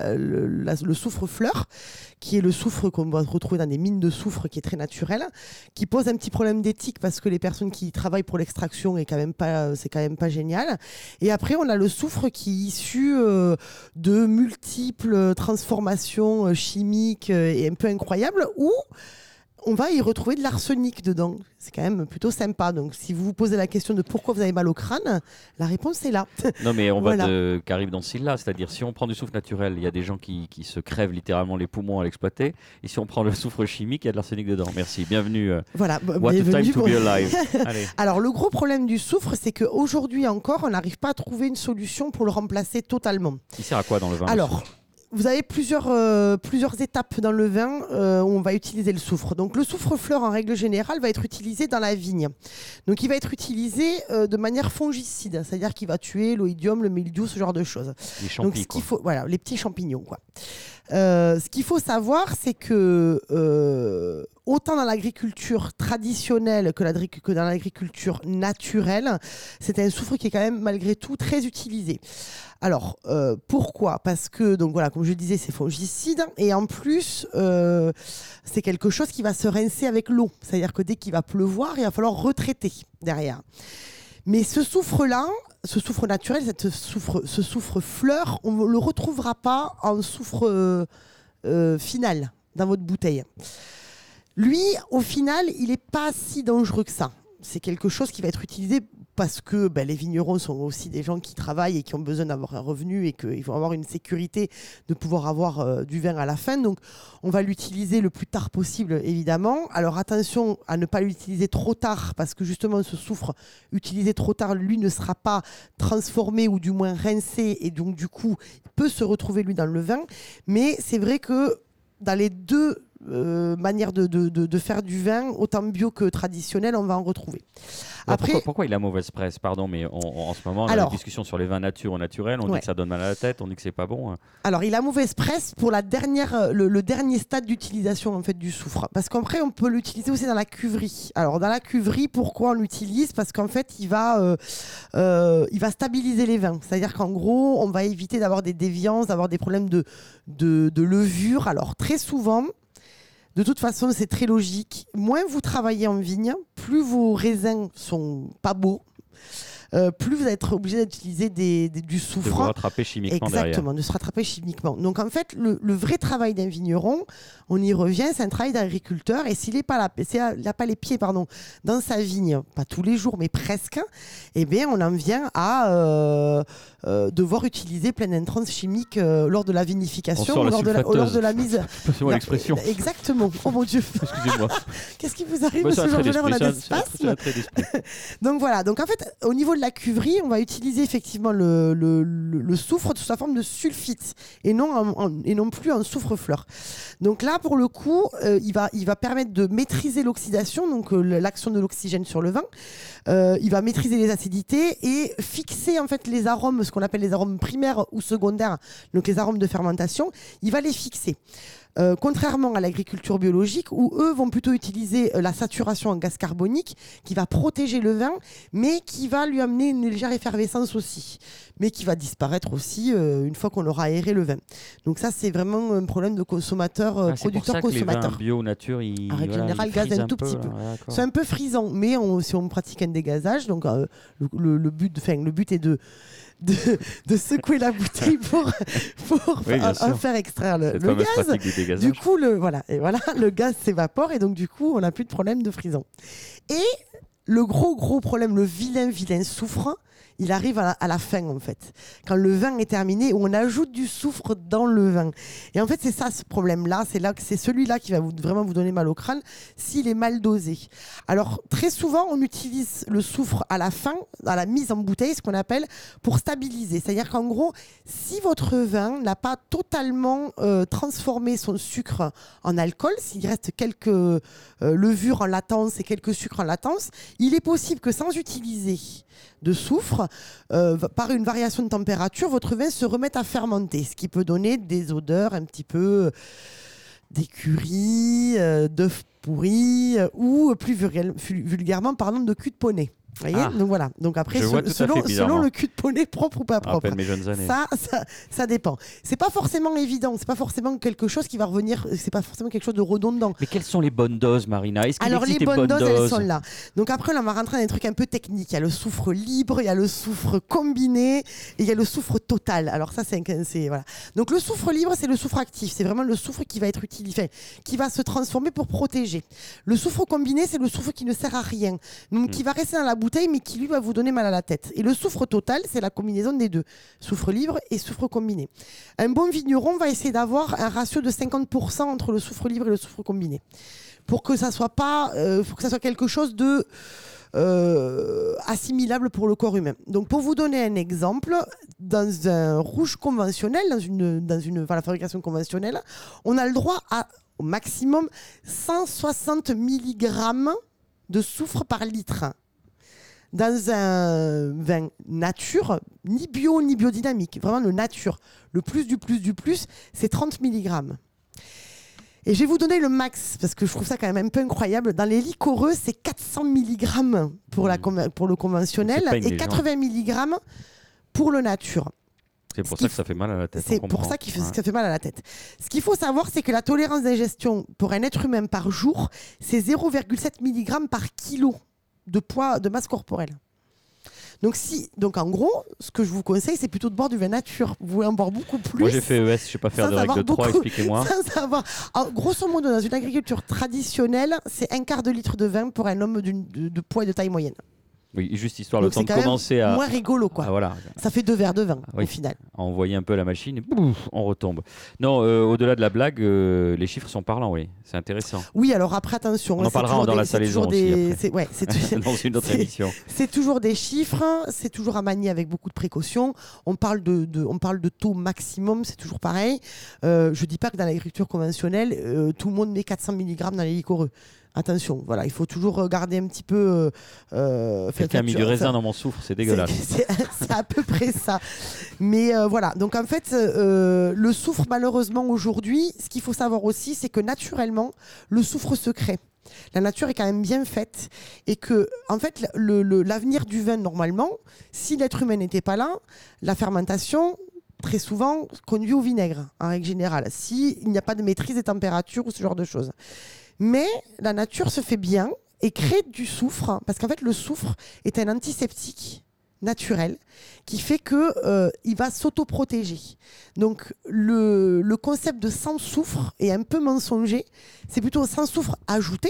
le soufre fleur, qui est le soufre qu'on va retrouver dans des mines de soufre, qui est très naturel, qui pose un petit problème d'éthique parce que les personnes qui travaillent pour l'extraction, c'est quand même pas génial. Et après, on a le soufre qui est issu de multiples transformations chimiques et un peu incroyables, où on va y retrouver de l'arsenic dedans. C'est quand même plutôt sympa. Donc, si vous vous posez la question de pourquoi vous avez mal au crâne, la réponse est là. Non, mais on va de Caribe dans Silla. C'est-à-dire, si on prend du soufre naturel, il y a des gens qui se crèvent littéralement les poumons à l'exploiter. Et si on prend le soufre chimique, il y a de l'arsenic dedans. Merci. Bienvenue. Voilà. What a time to be alive. Allez. Alors, le gros problème du soufre, c'est qu'aujourd'hui encore, on n'arrive pas à trouver une solution pour le remplacer totalement. Il sert à quoi dans le vin? Alors, vous avez plusieurs étapes dans le vin où on va utiliser le soufre. Donc le soufre fleur, en règle générale, va être utilisé dans la vigne. Donc il va être utilisé de manière fongicide, c'est-à-dire qu'il va tuer l'oïdium, le mildiou, ce genre de choses. Les champignons. Voilà, les petits champignons, quoi. Ce qu'il faut savoir, c'est que autant dans l'agriculture traditionnelle que dans l'agriculture naturelle, c'est un soufre qui est quand même malgré tout très utilisé. Alors, pourquoi? Parce que, donc voilà, comme je le disais, c'est fongicide, et en plus, c'est quelque chose qui va se rincer avec l'eau. C'est-à-dire que dès qu'il va pleuvoir, il va falloir retraiter derrière. Mais ce soufre-là, ce soufre naturel, ce soufre fleur, on ne le retrouvera pas en soufre final dans votre bouteille. Lui, au final, il n'est pas si dangereux que ça. C'est quelque chose qui va être utilisé parce que les vignerons sont aussi des gens qui travaillent et qui ont besoin d'avoir un revenu et qu'ils vont avoir une sécurité de pouvoir avoir du vin à la fin. Donc, on va l'utiliser le plus tard possible, évidemment. Alors, attention à ne pas l'utiliser trop tard parce que justement, ce soufre utilisé trop tard, lui, ne sera pas transformé ou du moins rincé et donc, du coup, il peut se retrouver, lui, dans le vin. Mais c'est vrai que dans les deux manière de faire du vin, autant bio que traditionnel, on va en retrouver. Après, pourquoi il a mauvaise presse? Pardon, mais en ce moment, on a des discussions sur les vins nature ou naturels. On dit que ça donne mal à la tête, on dit que c'est pas bon. Alors, il a mauvaise presse pour le dernier stade d'utilisation en fait, du soufre. Parce qu'après, on peut l'utiliser aussi dans la cuverie. Alors, dans la cuverie, pourquoi on l'utilise? Parce qu'en fait, il va stabiliser les vins. C'est-à-dire qu'en gros, on va éviter d'avoir des déviances, d'avoir des problèmes de levure. Alors, très souvent, de toute façon, c'est très logique. Moins vous travaillez en vigne, plus vos raisins sont pas beaux, plus vous allez être obligé d'utiliser du soufre. De vous rattraper chimiquement Exactement, derrière. de se rattraper chimiquement. Donc en fait, le vrai travail d'un vigneron, on y revient, c'est un travail d'agriculteur. Et s'il n'a pas les pieds dans sa vigne, pas tous les jours, mais presque, eh bien, on en vient à devoir utiliser plein d'intrants chimiques lors de la vinification, lors de la mise. Passez-moi l'expression. Exactement. Oh mon Dieu. Excusez-moi. Qu'est-ce qui vous arrive, monsieur Georgelin? On a des spasmes. Donc voilà. Donc en fait, au niveau de la cuverie, on va utiliser effectivement le soufre sous sa forme de sulfite et non plus en soufre fleur. Donc là, pour le coup, il va permettre de maîtriser l'oxydation, donc l'action de l'oxygène sur le vin. Il va maîtriser les acidités et fixer en fait les arômes, ce qu'on appelle les arômes primaires ou secondaires, donc les arômes de fermentation. Il va les fixer. Contrairement à l'agriculture biologique où eux vont plutôt utiliser la saturation en gaz carbonique qui va protéger le vin mais qui va lui amener une légère effervescence aussi, mais qui va disparaître aussi une fois qu'on aura aéré le vin. Donc ça c'est vraiment un problème de consommateur, producteur-consommateur. C'est pour ça que les vins bio nature, en règle générale, gazent un tout petit peu. C'est un peu frisant, mais si on pratique un dégazage, donc le but est de secouer la bouteille pour Oui, bien sûr. en faire extraire le Cette fameuse gaz. pratique du dégazage. Du coup, le gaz s'évapore et donc du coup, on n'a plus de problème de frisson. Et le gros problème, le vilain soufre, il arrive à la fin en fait. Quand le vin est terminé, où on ajoute du soufre dans le vin. Et en fait, c'est ça ce problème-là. C'est celui-là qui va vraiment vous donner mal au crâne s'il est mal dosé. Alors, très souvent, on utilise le soufre à la fin, à la mise en bouteille, ce qu'on appelle pour stabiliser. C'est-à-dire qu'en gros, si votre vin n'a pas totalement transformé son sucre en alcool, s'il reste quelques levures en latence et quelques sucres en latence, il est possible que sans utiliser de soufre, par une variation de température, votre vin se remette à fermenter, ce qui peut donner des odeurs un petit peu d'écurie, d'œufs pourris ou plus vulgairement de cul de poney. Vous voyez, donc voilà. Donc après, selon le cul de poney propre ou pas propre, rappelle mes jeunes années. ça dépend. C'est pas forcément évident. C'est pas forcément quelque chose qui va revenir. C'est pas forcément quelque chose de redondant. Mais quelles sont les bonnes doses, Marina? Est-ce qu'il Alors les existe bonnes des doses, elles sont là. Donc après, là, on va rentrer dans des trucs un peu techniques. Il y a le soufre libre, il y a le soufre combiné, et il y a le soufre total. Alors ça, c'est voilà. Donc le soufre libre, c'est le soufre actif. C'est vraiment le soufre qui va être utilisé, qui va se transformer pour protéger. Le soufre combiné, c'est le soufre qui ne sert à rien, donc qui va rester dans la bouteille, mais qui lui va vous donner mal à la tête. Et le soufre total, c'est la combinaison des deux, soufre libre et soufre combiné. Un bon vigneron va essayer d'avoir un ratio de 50% entre le soufre libre et le soufre combiné, pour que ça soit pas, pour que ça soit quelque chose de assimilable pour le corps humain. Donc pour vous donner un exemple, dans un rouge conventionnel, dans la fabrication conventionnelle, on a le droit au maximum 160 mg de soufre par litre. Dans un vin nature, ni bio ni biodynamique, vraiment le nature, le plus du plus, c'est 30 mg. Et je vais vous donner le max, parce que je trouve ça quand même un peu incroyable. Dans les liquoreux, c'est 400 mg pour le conventionnel et 80 mg pour le nature. C'est pour ça que ça fait mal à la tête. C'est pour ça que ça fait mal à la tête. Ce qu'il faut savoir, c'est que la tolérance d'ingestion pour un être humain par jour, c'est 0,7 mg par kilo de poids, de masse corporelle. Donc en gros, ce que je vous conseille, c'est plutôt de boire du vin nature. Vous pouvez en boire beaucoup plus. Moi j'ai fait ES, je ne sais pas faire de règle de 3, expliquez-moi. Alors, grosso modo, dans une agriculture traditionnelle, c'est 1/4 de litre de vin pour un homme de poids et de taille moyenne. Oui, juste histoire le temps de commencer à... moins rigolo, quoi. Voilà. Ça fait 2 verres de vin, au final. Envoyer un peu la machine et bouf, on retombe. Non, au-delà de la blague, les chiffres sont parlants, oui. C'est intéressant. Oui, alors après, attention. On en parlera dans la salaison aussi après. C'est dans une autre émission. C'est toujours des chiffres, c'est toujours à manier avec beaucoup de précautions. On parle de taux maximum, c'est toujours pareil. Je ne dis pas que dans l'agriculture conventionnelle, tout le monde met 400 mg dans les liquoreux. Attention, voilà, il faut toujours regarder un petit peu. Quelqu'un a mis du raisin dans mon soufre, c'est dégueulasse. C'est à peu près ça. Mais voilà, donc en fait, le soufre, malheureusement, aujourd'hui, ce qu'il faut savoir aussi, c'est que naturellement, le soufre se crée. La nature est quand même bien faite et que, en fait, l'avenir du vin, normalement, si l'être humain n'était pas là, la fermentation, très souvent, conduit au vinaigre, en règle générale, s'il n'y a pas de maîtrise des températures ou ce genre de choses. Mais la nature se fait bien et crée du soufre, parce qu'en fait, le soufre est un antiseptique naturel qui fait qu'il va s'autoprotéger. Donc, le concept de sans soufre est un peu mensonger. C'est plutôt sans soufre ajouté,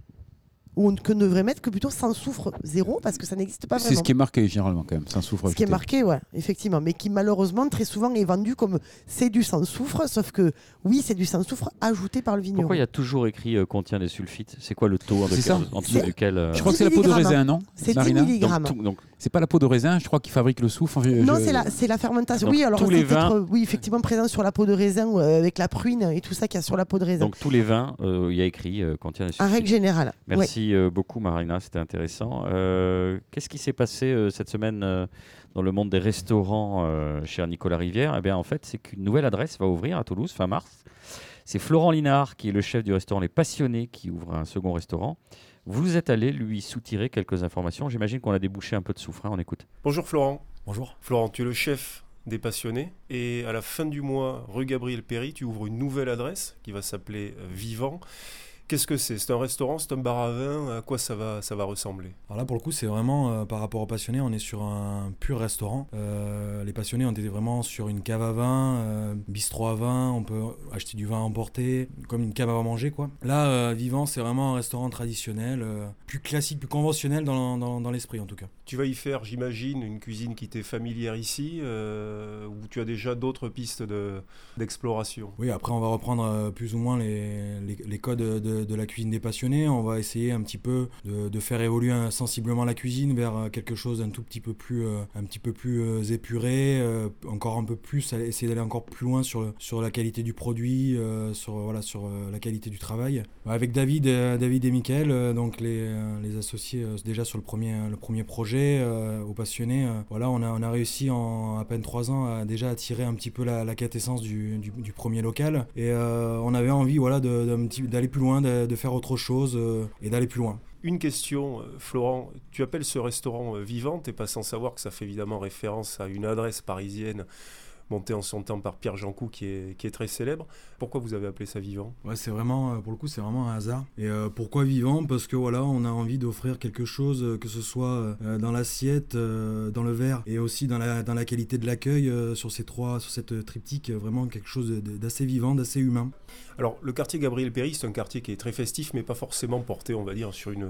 ou que ne devrait mettre que plutôt sans soufre zéro, parce que ça n'existe pas vraiment. C'est ce qui est marqué généralement quand même, sans soufre ajouté. Ce qui est marqué, ouais, effectivement, mais qui malheureusement très souvent est vendu comme c'est du sans soufre, sauf que oui, c'est du sans soufre ajouté par le vigneron. Pourquoi il y a toujours écrit contient des sulfites? C'est quoi le taux en dessous duquel Je crois que c'est la peau de raisin, non? C'est 10 mg. Donc, c'est pas la peau de raisin, je crois, qui fabrique le soufre. Non, c'est la fermentation. Donc, oui, alors tous les vins... oui, effectivement présent sur la peau de raisin avec la pruine et tout ça qu'il y a sur la peau de raisin. Donc tous les vins, il y a écrit contient des sulfites. En règle générale. Merci beaucoup, Marina, c'était intéressant. Qu'est-ce qui s'est passé cette semaine dans le monde des restaurants, cher Nicolas Rivière? Eh bien, en fait, c'est qu'une nouvelle adresse va ouvrir à Toulouse fin mars. C'est Florent Linard, qui est le chef du restaurant Les Passionnés, qui ouvre un second restaurant. Vous êtes allé lui soutirer quelques informations. J'imagine qu'on a débouché un peu de soufre. On écoute. Bonjour Florent. Bonjour. Florent, tu es le chef des Passionnés. Et à la fin du mois, rue Gabriel Péry, tu ouvres une nouvelle adresse qui va s'appeler Vivant. Qu'est-ce que c'est ? C'est un restaurant, c'est un bar à vin ? À quoi ça va ressembler ? Alors là, pour le coup, c'est vraiment, par rapport aux passionnés, on est sur un pur restaurant. Les passionnés, on était vraiment sur une cave à vin, bistrot à vin, on peut acheter du vin à emporter, comme une cave à manger, quoi. Là, Vivant, c'est vraiment un restaurant traditionnel, plus classique, plus conventionnel dans l'esprit, en tout cas. Tu vas y faire, j'imagine, une cuisine qui t'est familière ici, ou tu as déjà d'autres pistes d'exploration ? Oui, après, on va reprendre plus ou moins les codes de la cuisine des passionnés. On va essayer un petit peu de faire évoluer sensiblement la cuisine vers quelque chose d'un tout petit peu plus, épuré, encore un peu plus, essayer d'aller encore plus loin sur la qualité du produit, sur la qualité du travail. Avec David et Mickaël, donc les associés déjà sur le premier projet, aux passionnés, voilà, on a réussi en à peine 3 ans à déjà attirer un petit peu la quintessence du premier local, et on avait envie, voilà, d'aller plus loin, de faire autre chose, et d'aller plus loin. Une question, Florent, tu appelles ce restaurant Vivant, t'es pas sans savoir que ça fait évidemment référence à une adresse parisienne montée en son temps par Pierre Jancoux qui est très célèbre. Pourquoi vous avez appelé ça Vivant ? Ouais, c'est vraiment, pour le coup, c'est vraiment un hasard. Et pourquoi Vivant ? Parce que voilà, on a envie d'offrir quelque chose, que ce soit dans l'assiette, dans le verre, et aussi dans la qualité de l'accueil, sur cette triptyque, vraiment quelque chose d'assez vivant, d'assez humain. Alors, le quartier Gabriel Péri, c'est un quartier qui est très festif, mais pas forcément porté, on va dire, sur une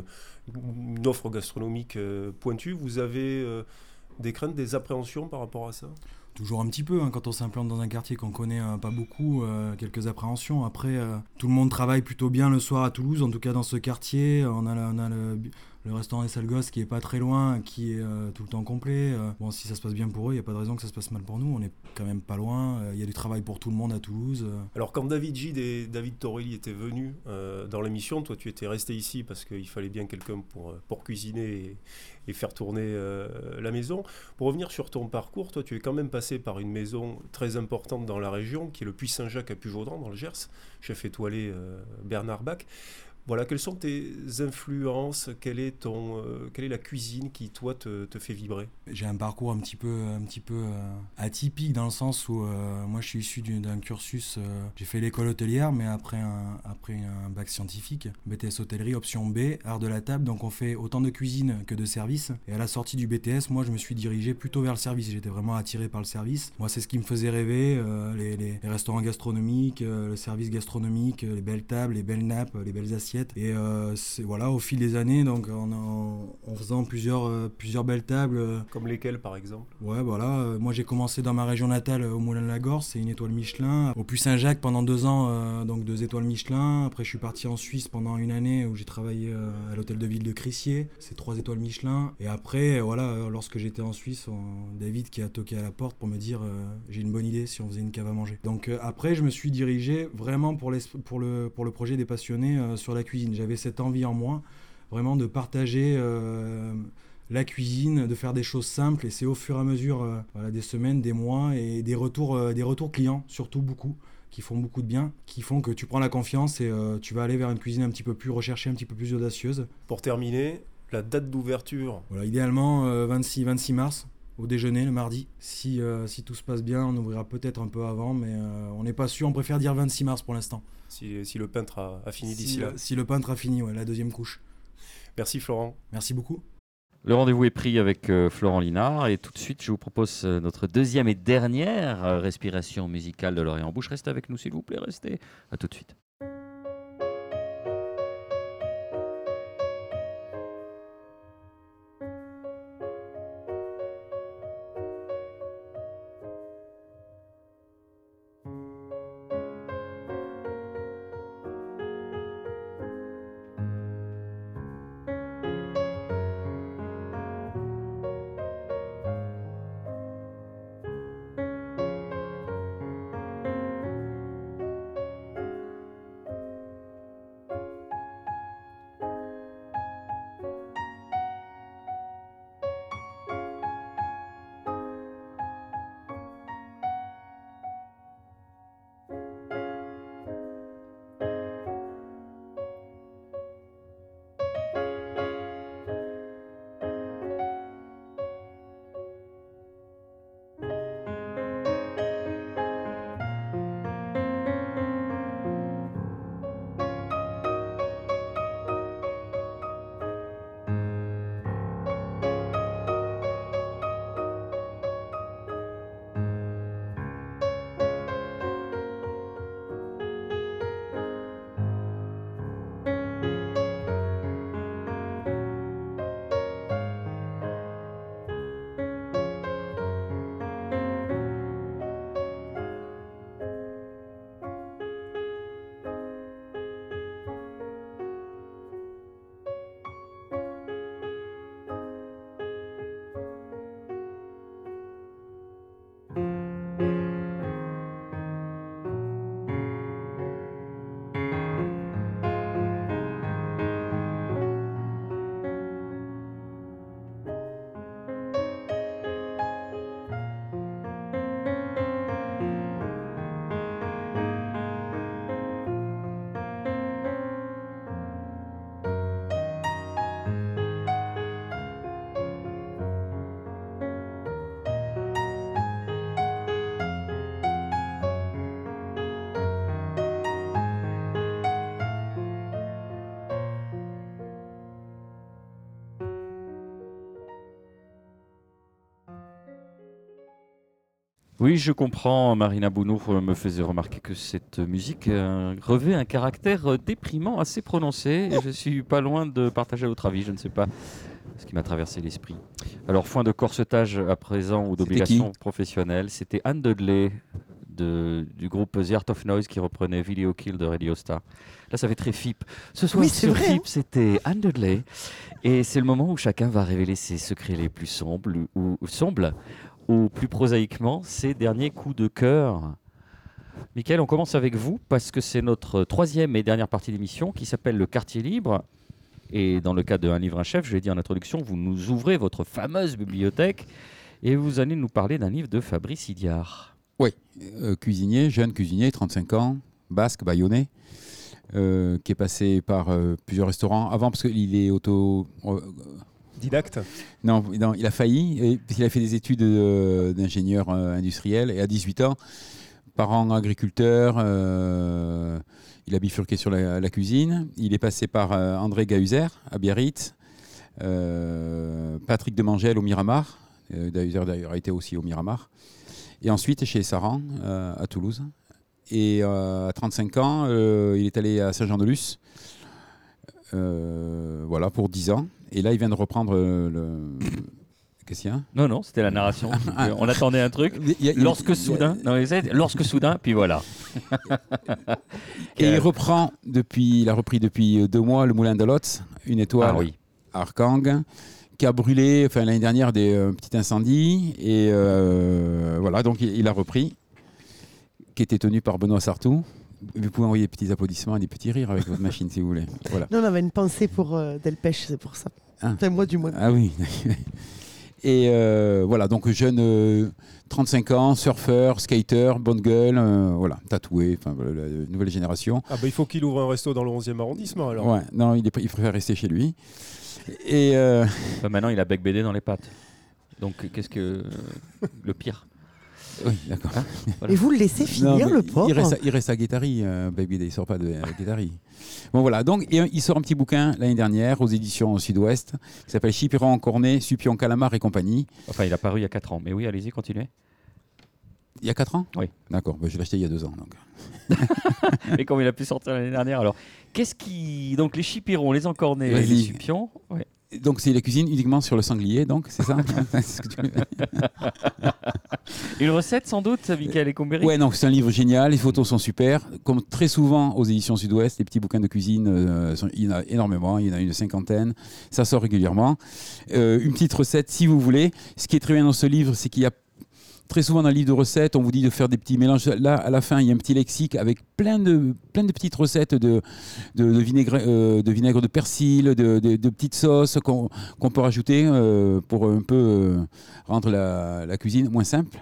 offre gastronomique pointue. Vous avez des craintes, des appréhensions par rapport à ça ? Toujours un petit peu, hein, quand on s'implante dans un quartier qu'on connaît pas beaucoup, quelques appréhensions. Après, tout le monde travaille plutôt bien le soir à Toulouse, en tout cas dans ce quartier. On a le restaurant des Sales Gosses qui est pas très loin, qui est tout le temps complet. Bon, si ça se passe bien pour eux, il n'y a pas de raison que ça se passe mal pour nous. On est quand même pas loin. Il y a du travail pour tout le monde à Toulouse. Alors, quand David Gide et David Torelli étaient venus dans l'émission, toi, tu étais resté ici parce qu'il fallait bien quelqu'un pour cuisiner et faire tourner la maison. Pour revenir sur ton parcours, toi, tu es quand même passé par une maison très importante dans la région, qui est le Puy Saint-Jacques à Pujaudran, dans le Gers, chef étoilé Bernard Bach. Voilà, quelles sont tes influences ? Quelle est la cuisine qui, toi, te fait vibrer ? J'ai un parcours un petit peu atypique, dans le sens où moi je suis issu d'un cursus, j'ai fait l'école hôtelière, mais après un bac scientifique, BTS hôtellerie, option B, art de la table, donc on fait autant de cuisine que de service. Et à la sortie du BTS, moi je me suis dirigé plutôt vers le service, j'étais vraiment attiré par le service. Moi c'est ce qui me faisait rêver, les restaurants gastronomiques, le service gastronomique, les belles tables, les belles nappes, les belles assiettes. Et voilà, au fil des années, donc en faisant plusieurs belles tables. Comme lesquelles, par exemple ? Ouais, voilà. Moi, j'ai commencé dans ma région natale, au Moulin de la Gorse, c'est une étoile Michelin. Au Puy Saint-Jacques pendant 2 ans, donc 2 étoiles Michelin. Après, je suis parti en Suisse pendant une année où j'ai travaillé à l'hôtel de ville de Crissier, c'est 3 étoiles Michelin. Et après, voilà, lorsque j'étais en Suisse, David qui a toqué à la porte pour me dire j'ai une bonne idée si on faisait une cave à manger. Donc après, je me suis dirigé vraiment pour le projet des passionnés sur la cuisine. J'avais cette envie en moi, vraiment de partager la cuisine, de faire des choses simples, et c'est au fur et à mesure des semaines, des mois, et des retours clients, surtout beaucoup, qui font beaucoup de bien, qui font que tu prends la confiance et tu vas aller vers une cuisine un petit peu plus recherchée, un petit peu plus audacieuse. Pour terminer, la date d'ouverture ? Voilà, idéalement 26 mars. Au déjeuner le mardi. Si tout se passe bien, on ouvrira peut-être un peu avant, mais on n'est pas sûr, on préfère dire 26 mars pour l'instant. Si le peintre a fini d'ici là. Si le peintre a fini, ouais, la deuxième couche. Merci Florent. Merci beaucoup. Le rendez-vous est pris avec Florent Linard, et tout de suite je vous propose notre deuxième et dernière respiration musicale de l'oreille en bouche. Restez avec nous s'il vous plaît, restez. À tout de suite. Oui, je comprends. Marina Bounour me faisait remarquer que cette musique revêt un caractère déprimant assez prononcé. Et je suis pas loin de partager votre avis. Je ne sais pas ce qui m'a traversé l'esprit. Alors, foin de corsetage à présent ou d'obligation professionnelle, c'était Anne Dudley du groupe The Art of Noise qui reprenait Video Kill de Radio Star. Là, ça fait très FIP. Ce soir, Oui, c'est sur vrai, FIP, hein. c'était Anne Dudley. Et c'est le moment où chacun va révéler ses secrets les plus sombres ou plus prosaïquement, ses derniers coups de cœur. Mickaël, on commence avec vous parce que c'est notre troisième et dernière partie d'émission qui s'appelle Le Quartier Libre. Et dans le cadre de Un livre, un chef, je l'ai dit en introduction, vous nous ouvrez votre fameuse bibliothèque et vous allez nous parler d'un livre de Fabrice Hidiard. Oui, cuisinier, jeune cuisinier, 35 ans, basque, bayonnais, qui est passé par plusieurs restaurants avant parce qu'il est Didacte. Non, il a failli, il a fait des études d'ingénieur industriel et à 18 ans, parents agriculteurs, il a bifurqué sur la cuisine. Il est passé par André Gahuzer à Biarritz, Patrick Demangel au Miramar, Gahuzer d'ailleurs a été aussi au Miramar, et ensuite chez Saran à Toulouse. Et à 35 ans, il est allé à Saint-Jean-de-Luz, voilà, pour 10 ans. Et là, il vient de reprendre Qu'est-ce qu'il y a ? Non, c'était la narration. On attendait un truc. Lorsque soudain, puis voilà. Et il a repris depuis 2 mois le Moulin de Lotz, une étoile à Arcang, qui a brûlé l'année dernière des petits incendies. Et voilà, donc il a repris, qui était tenu par Benoît Sartou. Vous pouvez envoyer des petits applaudissements et des petits rires avec votre machine si vous voulez. Voilà. Nous, on avait une pensée pour Delpech, c'est pour ça. Enfin, moi du moins. Ah oui. Et voilà, donc jeune, 35 ans, surfeur, skater, bonne gueule, voilà, tatoué, la nouvelle génération. Ah bah il faut qu'il ouvre un resto dans le 11e arrondissement alors. Ouais, non, il préfère rester chez lui. Et maintenant, il a Bec BD dans les pattes. Donc, qu'est-ce que le pire ? Oui, d'accord. Voilà. Et vous le laissez finir, le pauvre. Il reste à Guétari, Baby Day, il ne sort pas de Guétari. Bon voilà, donc il sort un petit bouquin l'année dernière aux éditions Sud-Ouest qui s'appelle Chipiron, Cornet, Supion, Calamar et compagnie. Enfin, il a paru il y a 4 ans, mais oui, allez-y, continuez. Il y a 4 ans ? Oui. D'accord, je l'ai acheté il y a 2 ans. Donc. Et comme il a pu sortir l'année dernière, alors, donc les chipirons, les encornets et les supions. Ouais. Donc c'est la cuisine uniquement sur le sanglier, donc c'est ça. Une recette sans doute, Mickaël Ecomberi. Ouais, non, c'est un livre génial, les photos sont super. Comme très souvent aux éditions Sud-Ouest, les petits bouquins de cuisine, il y en a énormément, il y en a une 50aine, ça sort régulièrement. Une petite recette si vous voulez. Ce qui est très bien dans ce livre, c'est qu'il y a très souvent dans le livre de recettes, on vous dit de faire des petits mélanges. Là, à la fin, il y a un petit lexique avec plein de petites recettes de vinaigre de persil, de petites sauces qu'on peut rajouter pour un peu rendre la cuisine moins simple.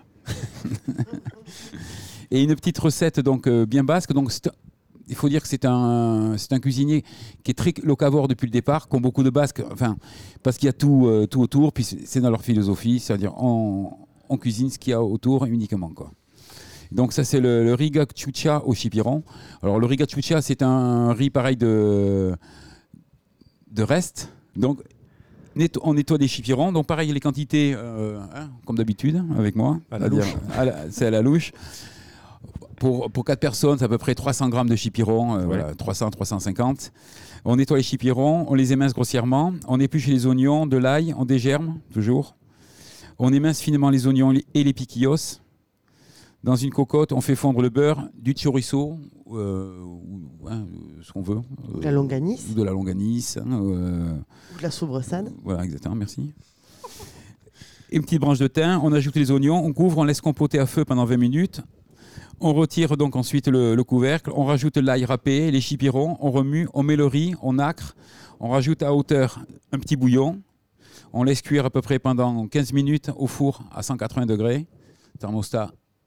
Et une petite recette donc bien basque. Donc il faut dire que c'est un cuisinier qui est très locavore depuis le départ, comme beaucoup de Basques, parce qu'il y a tout autour, puis c'est dans leur philosophie, c'est-à-dire on cuisine ce qu'il y a autour uniquement, quoi. Donc ça c'est le riz gachucha au chipiron. Alors le riz gachucha c'est un riz pareil de reste. Donc on nettoie des chipirons. Donc pareil les quantités comme d'habitude avec moi. À la louche. C'est à la louche. Pour 4 personnes, c'est à peu près 300 grammes de chipirons, voilà, 300-350. On nettoie les chipirons, on les émince grossièrement, on épluche les oignons, de l'ail, on dégerme toujours. On émince finement les oignons et les piquillos. Dans une cocotte, on fait fondre le beurre, du chorizo, ce qu'on veut. De la longanise. Ou de la longanise. Ou de la sobressade. Voilà, exactement, merci. Une petite branche de thym, on ajoute les oignons, on couvre, on laisse compoter à feu pendant 20 minutes. On retire donc ensuite le couvercle, on rajoute l'ail râpé, les chipirons, on remue, on met le riz, on nacre, on rajoute à hauteur un petit bouillon. On laisse cuire à peu près pendant 15 minutes au four à 180 degrés. Thermostat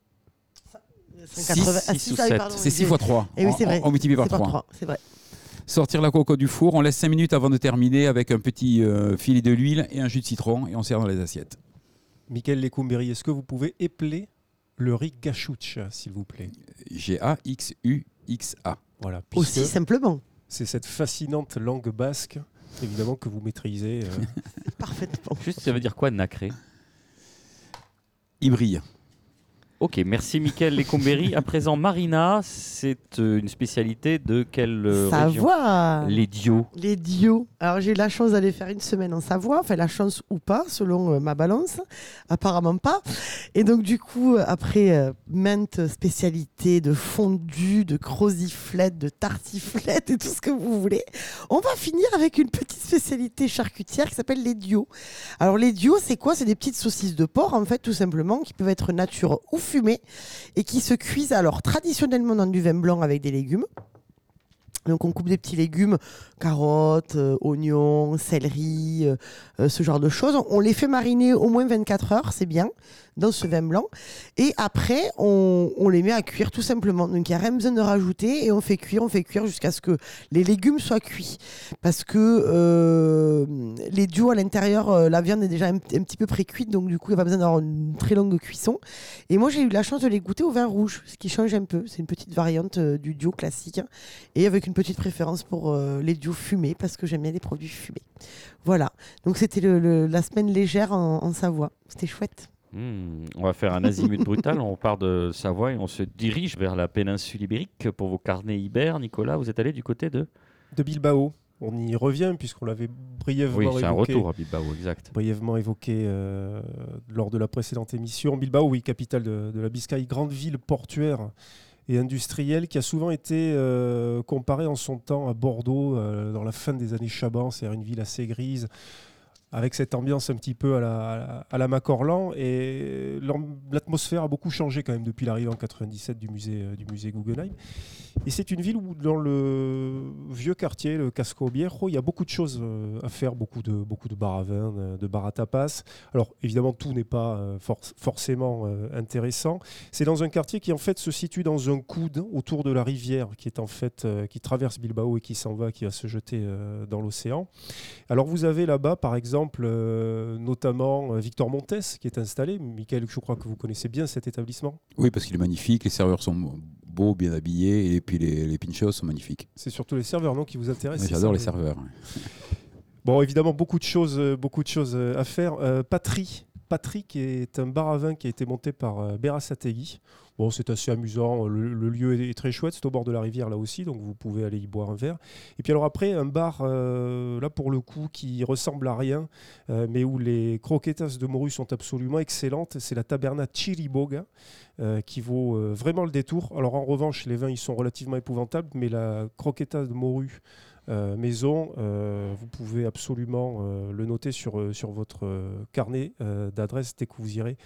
6 ou 7. C'est 6 x 3. Et oui, c'est vrai. On multiplie par 3. C'est vrai. Sortir la cocotte du four. On laisse 5 minutes avant de terminer avec un petit filet de l'huile et un jus de citron. Et on sert dans les assiettes. Mickaël Lecomberi, est-ce que vous pouvez épeler le riz gachucha, s'il vous plaît ? Gaxuxa. Voilà. Aussi simplement. C'est cette fascinante langue basque, évidemment, que vous maîtrisez. Parfaitement. Juste, ça veut dire quoi, nacré ? Il brille. Ok, merci Mickaël Lecomberi. À présent, Marina, c'est une spécialité de quelle région? Savoie. Les Dios. Les Dios. Alors j'ai eu la chance d'aller faire une semaine en Savoie, enfin la chance ou pas, selon ma balance, apparemment pas. Et donc du coup, après maintes spécialités de fondue, de croziflette, de tartiflette et tout ce que vous voulez, on va finir avec une petite spécialité charcutière qui s'appelle les Dios. Alors les Dios, c'est quoi? C'est des petites saucisses de porc, en fait, tout simplement, qui peuvent être nature ou fumées et qui se cuisent alors traditionnellement dans du vin blanc avec des légumes. Donc on coupe des petits légumes, carottes, oignons, céleri, ce genre de choses. On les fait mariner au moins 24 heures, c'est bien, dans ce vin blanc. Et après, on les met à cuire tout simplement. Donc il n'y a rien besoin de rajouter et on fait cuire jusqu'à ce que les légumes soient cuits. Parce que les Dios à l'intérieur, la viande est déjà un petit peu pré-cuite, donc du coup il n'y a pas besoin d'avoir une très longue cuisson. Et moi j'ai eu la chance de les goûter au vin rouge, ce qui change un peu. C'est une petite variante du Dio classique, hein, et avec une petite préférence pour les Dio fumés, parce que j'aime bien les produits fumés. Voilà, donc c'était la semaine légère en Savoie. C'était chouette. On va faire un azimut brutal. On part de Savoie et on se dirige vers la péninsule ibérique pour vos carnets ibères. Nicolas, vous êtes allé du côté de Bilbao. On y revient puisqu'on l'avait brièvement Oui, évoqué. c'est un retour à Bilbao, exact. Brièvement évoqué lors de la précédente émission. Bilbao, oui, capitale de la Biscaye, grande ville portuaire et industrielle qui a souvent été comparée en son temps à Bordeaux dans la fin des années Chaban, c'est-à-dire une ville assez grise, avec cette ambiance un petit peu à la Macorlan. Et l'atmosphère a beaucoup changé quand même depuis l'arrivée en 97 du musée Guggenheim. Et c'est une ville où, dans le vieux quartier, le Casco Viejo, il y a beaucoup de choses à faire, beaucoup de bars à vin, de bars à tapas. Alors évidemment, tout n'est pas forcément intéressant. C'est dans un quartier qui en fait se situe dans un coude autour de la rivière qui est en fait qui traverse Bilbao et qui s'en va, qui va se jeter dans l'océan. Alors vous avez là-bas, par exemple, notamment Victor Montes qui est installé. Mickaël, je crois que vous connaissez bien cet établissement. Oui, parce qu'il est magnifique, les serveurs sont beaux, bien habillés, et puis les pinchos sont magnifiques. C'est surtout les serveurs, non, qui vous intéressent. Ouais, j'adore les serveurs. Bon, évidemment, beaucoup de choses à faire. Patrick est un bar à vin qui a été monté par Berasategui. Bon, c'est assez amusant. Le lieu est très chouette. C'est au bord de la rivière, là aussi. Donc, vous pouvez aller y boire un verre. Et puis, alors après, un bar, là, pour le coup, qui ressemble à rien, mais où les croquetas de morue sont absolument excellentes. C'est la Taberna Chiriboga, qui vaut vraiment le détour. Alors, en revanche, les vins, ils sont relativement épouvantables. Mais la croqueta de morue maison, vous pouvez absolument le noter sur votre carnet d'adresse dès que vous irez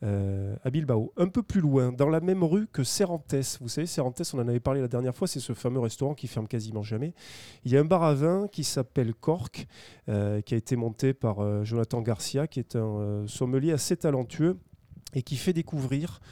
à Bilbao. Un peu plus loin, dans la même rue que Cervantes. Vous savez, Cervantes, on en avait parlé la dernière fois, c'est ce fameux restaurant qui ferme quasiment jamais. Il y a un bar à vin qui s'appelle Cork, qui a été monté par Jonathan Garcia, qui est un sommelier assez talentueux et qui fait découvrir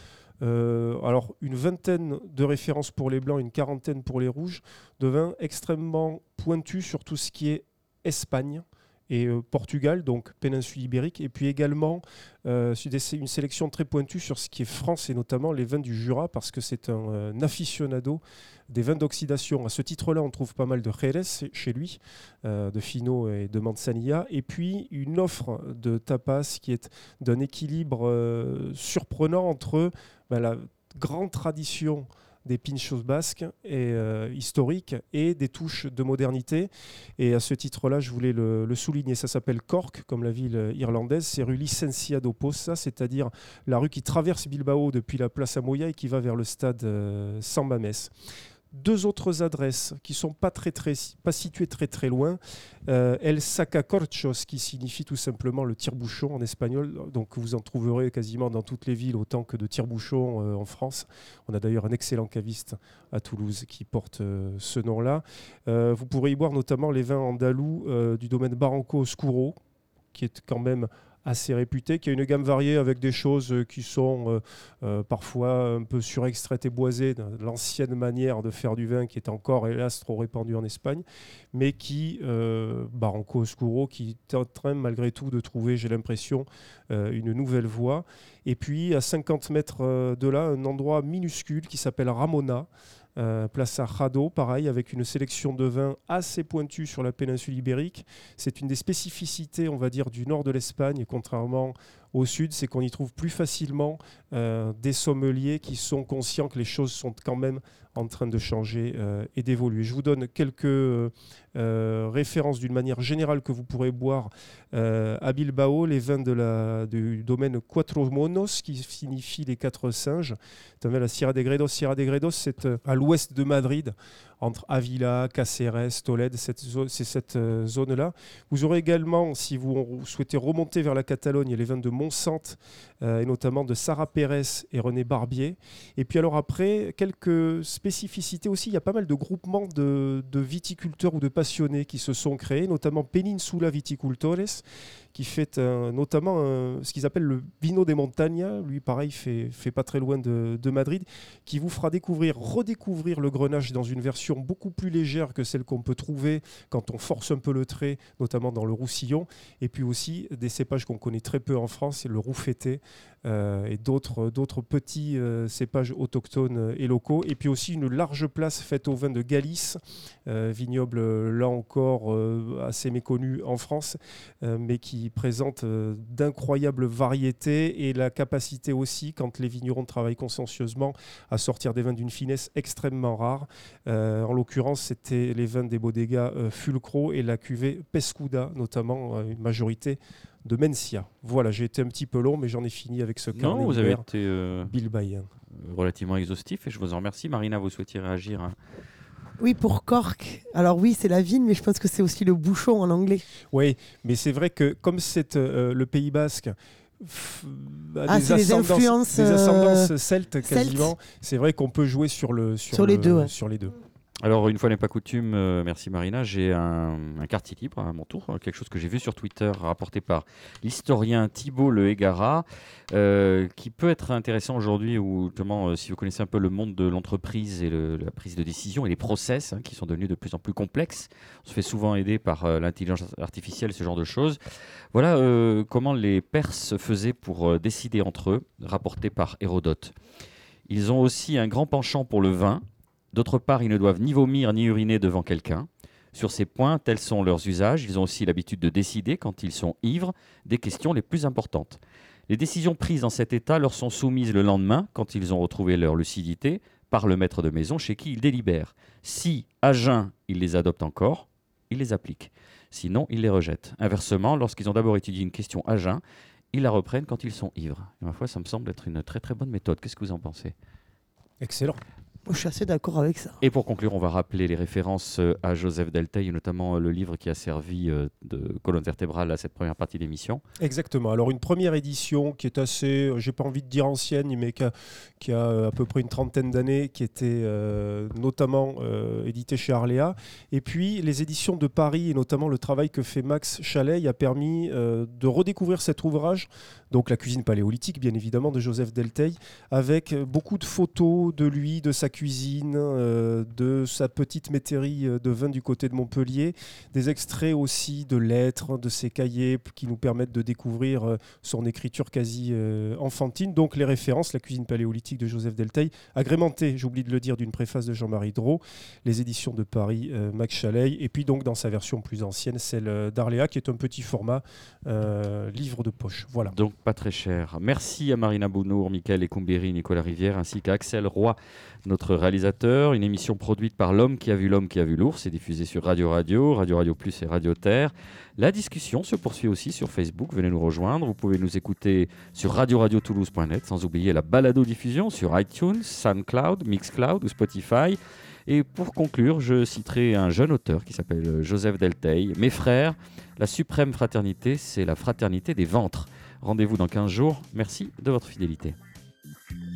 alors une vingtaine de références pour les blancs, une quarantaine pour les rouges, de vins extrêmement pointus sur tout ce qui est Espagne et Portugal, donc péninsule ibérique, et puis également une sélection très pointue sur ce qui est France et notamment les vins du Jura, parce que c'est un aficionado des vins d'oxydation. À ce titre-là, on trouve pas mal de Jerez chez lui, de Fino et de Manzanilla, et puis une offre de tapas qui est d'un équilibre surprenant entre la grande tradition des pinchos basques et historiques et des touches de modernité. Et à ce titre-là, je voulais le souligner. Ça s'appelle Cork, comme la ville irlandaise. C'est rue Licenciado Poça, c'est-à-dire la rue qui traverse Bilbao depuis la place Amoya et qui va vers le stade San Mamés. Deux autres adresses qui ne sont pas situées très loin. El Sacacorchos, qui signifie tout simplement le tire-bouchon en espagnol. Donc vous en trouverez quasiment dans toutes les villes autant que de tire-bouchon en France. On a d'ailleurs un excellent caviste à Toulouse qui porte ce nom-là. Vous pourrez y boire notamment les vins andalous du domaine Barranco Oscuro, qui est quand même assez réputé, qui a une gamme variée avec des choses qui sont parfois un peu surextraites et boisées, l'ancienne manière de faire du vin qui est encore hélas trop répandue en Espagne, mais qui, Barranco Oscuro, qui est en train malgré tout de trouver, j'ai l'impression, une nouvelle voie. Et puis à 50 mètres de là, un endroit minuscule qui s'appelle Ramona, Plaza Jado, pareil, avec une sélection de vins assez pointue sur la péninsule ibérique. C'est une des spécificités, on va dire, du nord de l'Espagne, et contrairement au sud, c'est qu'on y trouve plus facilement des sommeliers qui sont conscients que les choses sont quand même en train de changer et d'évoluer. Je vous donne quelques références d'une manière générale que vous pourrez boire à Bilbao, les vins du domaine Cuatro Monos, qui signifie les quatre singes. La Sierra de Gredos. Sierra de Gredos, c'est à l'ouest de Madrid, entre Avila, Cáceres, Tolède, c'est cette zone-là. Vous aurez également, si vous souhaitez remonter vers la Catalogne, les vins de Montsant, et notamment de Sarah Pérez et René Barbier. Et puis alors après, quelques spécificités aussi. Il y a pas mal de groupements de viticulteurs ou de passionnés qui se sont créés, notamment Peninsula Viticultores, qui fait notamment ce qu'ils appellent le Vino de Montaña. Lui, pareil, fait pas très loin de Madrid, qui vous fera redécouvrir le Grenache dans une version beaucoup plus légère que celle qu'on peut trouver quand on force un peu le trait, notamment dans le Roussillon. Et puis aussi des cépages qu'on connaît très peu en France, c'est le Roux-Fêté et d'autres petits cépages autochtones et locaux. Et puis aussi une large place faite au vin de Galice, vignoble là encore assez méconnu en France, mais qui présente d'incroyables variétés et la capacité aussi, quand les vignerons travaillent consciencieusement, à sortir des vins d'une finesse extrêmement rare. En l'occurrence, c'était les vins des bodegas Fulcro et la cuvée Pescuda, notamment une majorité de Mencia. Voilà, j'ai été un petit peu long, mais j'en ai fini avec ce carnet vous avez été bilbaïen. Relativement exhaustif et je vous en remercie. Marina, vous souhaitiez réagir hein? Oui, pour Cork. Alors oui, c'est la vigne, mais je pense que c'est aussi le bouchon en anglais. Oui, mais c'est vrai que comme c'est le Pays Basque, des ascendances celtes quasiment, c'est vrai qu'on peut jouer sur les deux. Alors, une fois n'est pas coutume, merci Marina, j'ai un quartier libre à mon tour, quelque chose que j'ai vu sur Twitter rapporté par l'historien Thibault Le Hégara, qui peut être intéressant aujourd'hui, ou notamment si vous connaissez un peu le monde de l'entreprise et la prise de décision et les process qui sont devenus de plus en plus complexes. On se fait souvent aider par l'intelligence artificielle, ce genre de choses. Voilà comment les Perses faisaient pour décider entre eux, rapporté par Hérodote. Ils ont aussi un grand penchant pour le vin. D'autre part, ils ne doivent ni vomir ni uriner devant quelqu'un. Sur ces points, tels sont leurs usages. Ils ont aussi l'habitude de décider, quand ils sont ivres, des questions les plus importantes. Les décisions prises dans cet état leur sont soumises le lendemain, quand ils ont retrouvé leur lucidité, par le maître de maison chez qui ils délibèrent. Si, à jeun, ils les adoptent encore, ils les appliquent. Sinon, ils les rejettent. Inversement, lorsqu'ils ont d'abord étudié une question à jeun, ils la reprennent quand ils sont ivres. Et ma foi, ça me semble être une très très bonne méthode. Qu'est-ce que vous en pensez ? Excellent. Je suis assez d'accord avec ça. Et pour conclure, on va rappeler les références à Joseph Delteil, notamment le livre qui a servi de colonne vertébrale à cette première partie d'émission. Exactement. Alors une première édition qui est assez, j'ai pas envie de dire ancienne, mais qui a à peu près une trentaine d'années, qui était notamment éditée chez Arléa. Et puis les éditions de Paris, et notamment le travail que fait Max Chalet, a permis de redécouvrir cet ouvrage, donc La cuisine paléolithique, bien évidemment, de Joseph Delteil, avec beaucoup de photos de lui, de sa cuisine, de sa petite métairie de vin du côté de Montpellier, des extraits aussi de lettres, de ses cahiers qui nous permettent de découvrir son écriture quasi enfantine. Donc les références, La cuisine paléolithique de Joseph Delteil, agrémentée, j'oublie de le dire, d'une préface de Jean-Marie Drault, les éditions de Paris, Max Chalet, et puis donc dans sa version plus ancienne, celle d'Arléa, qui est un petit format livre de poche. Voilà. Donc pas très cher. Merci à Marina Bounour, Michael Ecumberi, Nicolas Rivière, ainsi qu'à Axel Roy, notre réalisateur. Une émission produite par l'homme qui a vu l'ours et diffusée sur Radio Radio, Radio Radio Plus et Radio Terre. La discussion se poursuit aussi sur Facebook. Venez nous rejoindre. Vous pouvez nous écouter sur radioradiotoulouse.net, sans oublier la balado-diffusion sur iTunes, SoundCloud, Mixcloud ou Spotify. Et pour conclure, je citerai un jeune auteur qui s'appelle Joseph Delteil. Mes frères, la suprême fraternité, c'est la fraternité des ventres. Rendez-vous dans 15 jours. Merci de votre fidélité.